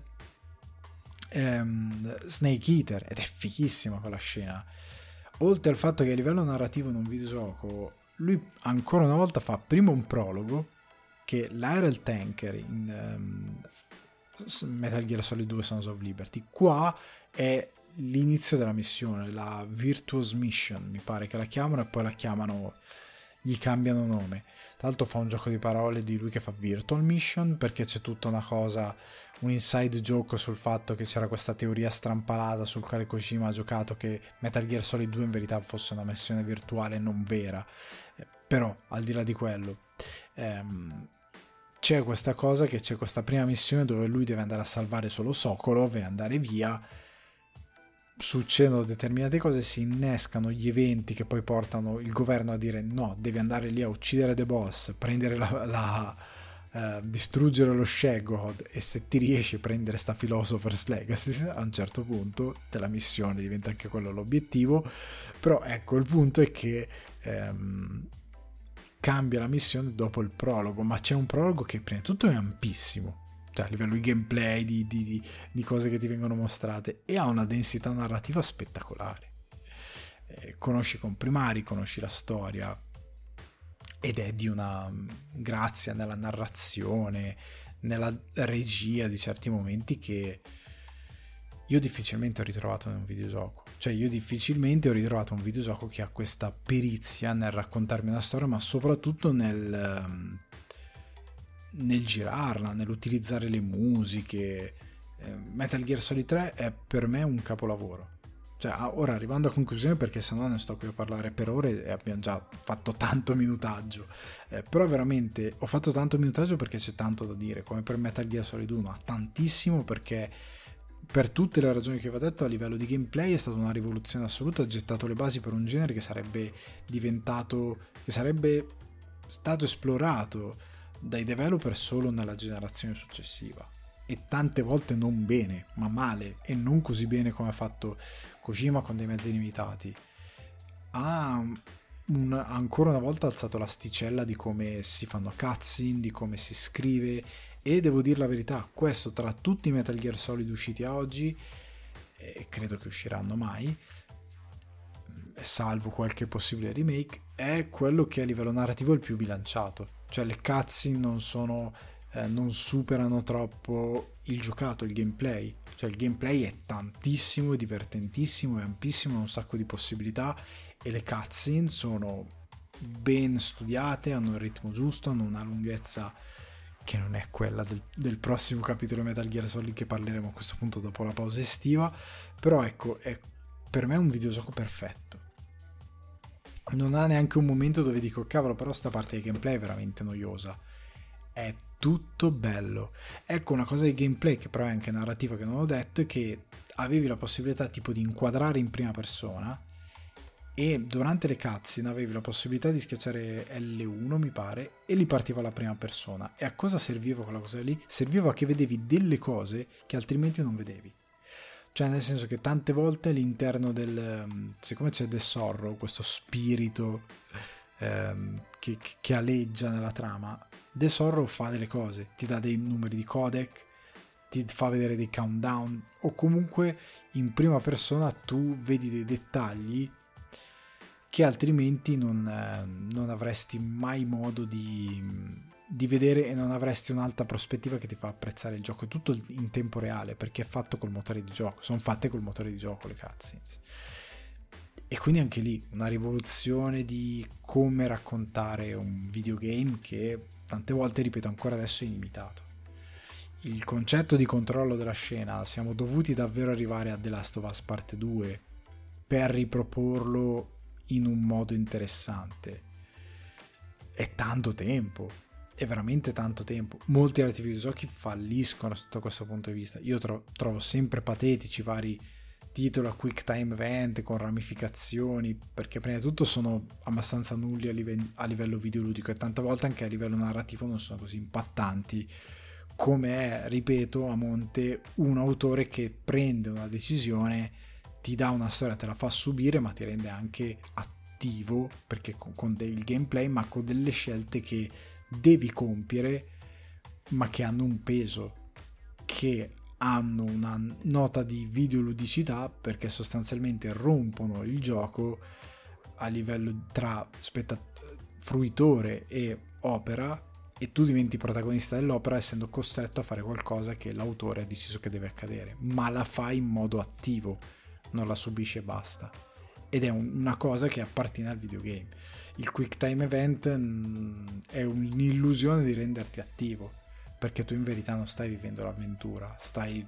um, Snake Eater, ed è fighissima quella scena, oltre al fatto che a livello narrativo in un videogioco lui ancora una volta fa prima un prologo, che l'Aerial Tanker in um, Metal Gear Solid due Sons of Liberty, qua è l'inizio della missione, la Virtuous Mission mi pare che la chiamano, e poi la chiamano, gli cambiano nome. Tra l'altro fa un gioco di parole di lui che fa Virtual Mission, perché c'è tutta una cosa, un inside joke sul fatto che c'era questa teoria strampalata sul quale Kojima ha giocato, che Metal Gear Solid due in verità fosse una missione virtuale non vera, eh, però al di là di quello ehm, c'è questa cosa, che c'è questa prima missione dove lui deve andare a salvare solo Sokolov e andare via, succedono determinate cose, si innescano gli eventi che poi portano il governo a dire no, devi andare lì a uccidere The Boss, prendere la, la Uh, distruggere lo Shadowgod, e se ti riesci a prendere sta Philosopher's Legacy, a un certo punto della missione diventa anche quello l'obiettivo. Però ecco, il punto è che um, cambia la missione dopo il prologo, ma c'è un prologo che prima di tutto è ampissimo, cioè a livello di gameplay, di, di, di, di cose che ti vengono mostrate, e ha una densità narrativa spettacolare. Eh, conosci i comprimari, conosci la storia, ed è di una grazia nella narrazione, nella regia di certi momenti che io difficilmente ho ritrovato in un videogioco. Cioè io difficilmente ho ritrovato un videogioco che ha questa perizia nel raccontarmi una storia, ma soprattutto nel, nel girarla, nell'utilizzare le musiche. Metal Gear Solid tre è per me un capolavoro. Cioè, ora arrivando a conclusione, perché sennò ne sto qui a parlare per ore e abbiamo già fatto tanto minutaggio, eh, però veramente ho fatto tanto minutaggio perché c'è tanto da dire, come per Metal Gear Solid uno, tantissimo, perché per tutte le ragioni che vi ho detto, a livello di gameplay è stata una rivoluzione assoluta, ha gettato le basi per un genere che sarebbe diventato, che sarebbe stato esplorato dai developer solo nella generazione successiva, e tante volte non bene, ma male, e non così bene come ha fatto Kojima con dei mezzi limitati. Ha un, ancora una volta alzato l'asticella di come si fanno cutscene, di come si scrive, e devo dire la verità, questo tra tutti i Metal Gear Solid usciti a oggi, e credo che usciranno mai, salvo qualche possibile remake, è quello che a livello narrativo è il più bilanciato. Cioè le cutscene non sono... Eh, non superano troppo il giocato, il gameplay. Cioè il gameplay è tantissimo, è divertentissimo, è ampissimo, ha un sacco di possibilità, e le cutscene sono ben studiate, hanno il ritmo giusto, hanno una lunghezza che non è quella del, del prossimo capitolo Metal Gear Solid, che parleremo a questo punto dopo la pausa estiva. Però ecco, è per me un videogioco perfetto. Non ha neanche un momento dove dico cavolo, però sta parte di gameplay è veramente noiosa. È tutto bello. Ecco, una cosa di gameplay che però è anche narrativa che non ho detto è che avevi la possibilità tipo di inquadrare in prima persona, e durante le cutscene avevi la possibilità di schiacciare L uno mi pare e li partiva la prima persona. E a cosa serviva quella cosa lì? Serviva che vedevi delle cose che altrimenti non vedevi. Cioè nel senso che tante volte all'interno del... siccome c'è The Sorrow, questo spirito ehm, che, che aleggia nella trama, The Sorrow fa delle cose, ti dà dei numeri di codec, ti fa vedere dei countdown, o comunque in prima persona tu vedi dei dettagli che altrimenti non, eh, non avresti mai modo di, di vedere, e non avresti un'alta prospettiva che ti fa apprezzare il gioco. È tutto in tempo reale perché è fatto col motore di gioco, sono fatte col motore di gioco le cutscenes. E quindi anche lì una rivoluzione di come raccontare un videogame che tante volte, ripeto ancora adesso, è inimitato. Il concetto di controllo della scena, siamo dovuti davvero arrivare a The Last of Us Parte due per riproporlo in un modo interessante. È tanto tempo, è veramente tanto tempo. Molti altri videogiochi falliscono sotto questo punto di vista. Io tro- trovo sempre patetici vari titoli a quick time event con ramificazioni, perché prima di tutto sono abbastanza nulli a, live- a livello videoludico, e tante volte anche a livello narrativo non sono così impattanti come è, ripeto, a monte un autore che prende una decisione, ti dà una storia, te la fa subire, ma ti rende anche attivo, perché con, con del gameplay, ma con delle scelte che devi compiere, ma che hanno un peso, che hanno una nota di videoludicità, perché sostanzialmente rompono il gioco a livello tra spettat- fruitore e opera, e tu diventi protagonista dell'opera essendo costretto a fare qualcosa che l'autore ha deciso che deve accadere, ma la fai in modo attivo, non la subisci e basta. Ed è un, una cosa che appartiene al videogame. Il quick time event mh, è un'illusione di renderti attivo, perché tu in verità non stai vivendo l'avventura, stai,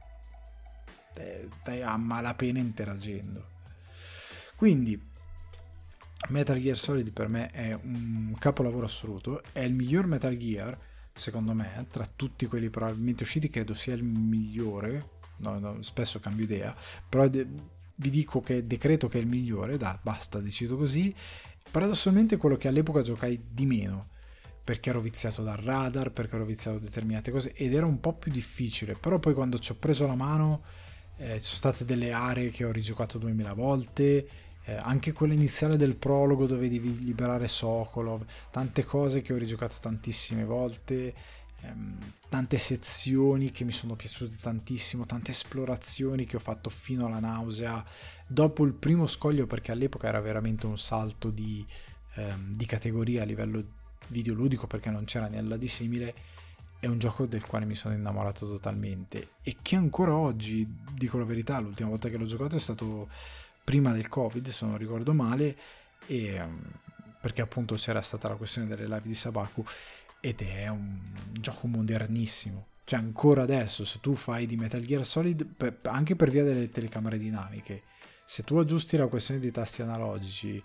stai a malapena interagendo. Quindi Metal Gear Solid per me è un capolavoro assoluto, è il miglior Metal Gear secondo me tra tutti quelli probabilmente usciti, credo sia il migliore. No, no, spesso cambio idea, però de- vi dico che decreto che è il migliore, da, basta, decido così. Paradossalmente quello che all'epoca giocai di meno, perché ero viziato dal radar, perché ero viziato da determinate cose ed era un po' più difficile, però poi quando ci ho preso la mano eh, ci sono state delle aree che ho rigiocato duemila volte, eh, anche quella iniziale del prologo dove devi liberare Sokolov, tante cose che ho rigiocato tantissime volte, ehm, tante sezioni che mi sono piaciute tantissimo, tante esplorazioni che ho fatto fino alla nausea dopo il primo scoglio, perché all'epoca era veramente un salto di, ehm, di categoria a livello videoludico, perché non c'era nulla di simile. È un gioco del quale mi sono innamorato totalmente e che ancora oggi, dico la verità, l'ultima volta che l'ho giocato è stato prima del Covid, se non ricordo male, e, um, perché appunto c'era stata la questione delle live di Sabaku, ed è un gioco modernissimo. Cioè ancora adesso, se tu fai di Metal Gear Solid, per, anche per via delle telecamere dinamiche, se tu aggiusti la questione dei tasti analogici,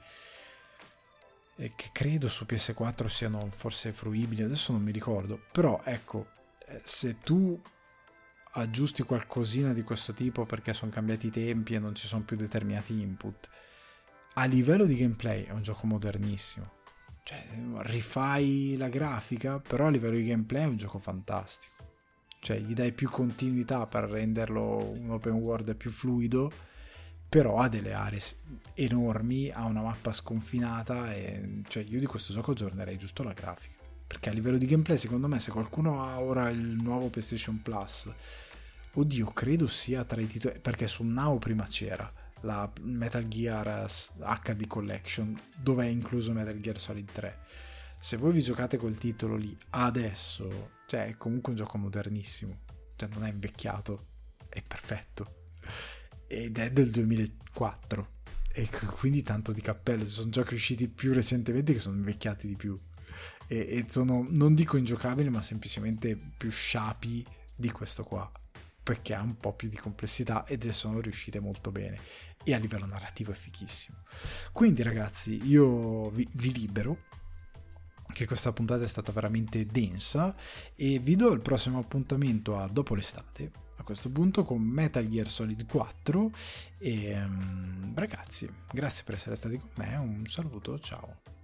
eh, che credo su P S quattro siano forse fruibili, adesso non mi ricordo, però ecco, eh, se tu aggiusti qualcosina di questo tipo perché sono cambiati i tempi e non ci sono più determinati input, a livello di gameplay è un gioco modernissimo. Cioè, rifai la grafica, però a livello di gameplay è un gioco fantastico. Cioè, gli dai più continuità per renderlo un open world più fluido, però ha delle aree enormi, ha una mappa sconfinata, e cioè io di questo gioco aggiornerei giusto la grafica, perché a livello di gameplay, secondo me, se qualcuno ha ora il nuovo PlayStation Plus, oddio, credo sia tra i titoli, perché su Now prima c'era la Metal Gear H D Collection dove è incluso Metal Gear Solid tre. Se voi vi giocate quel titolo lì adesso, cioè è comunque un gioco modernissimo, cioè non è invecchiato, è perfetto, ed è del duemilaquattro, e quindi tanto di cappello. Ci sono giochi usciti più recentemente che sono invecchiati di più e, e sono, non dico ingiocabili, ma semplicemente più sciapi di questo qua, perché ha un po' più di complessità ed sono riuscite molto bene, e a livello narrativo è fighissimo. Quindi ragazzi, io vi, vi libero, che questa puntata è stata veramente densa, e vi do il prossimo appuntamento a dopo l'estate, a questo punto, con Metal Gear Solid quattro. E um, ragazzi, grazie per essere stati con me, un saluto, ciao.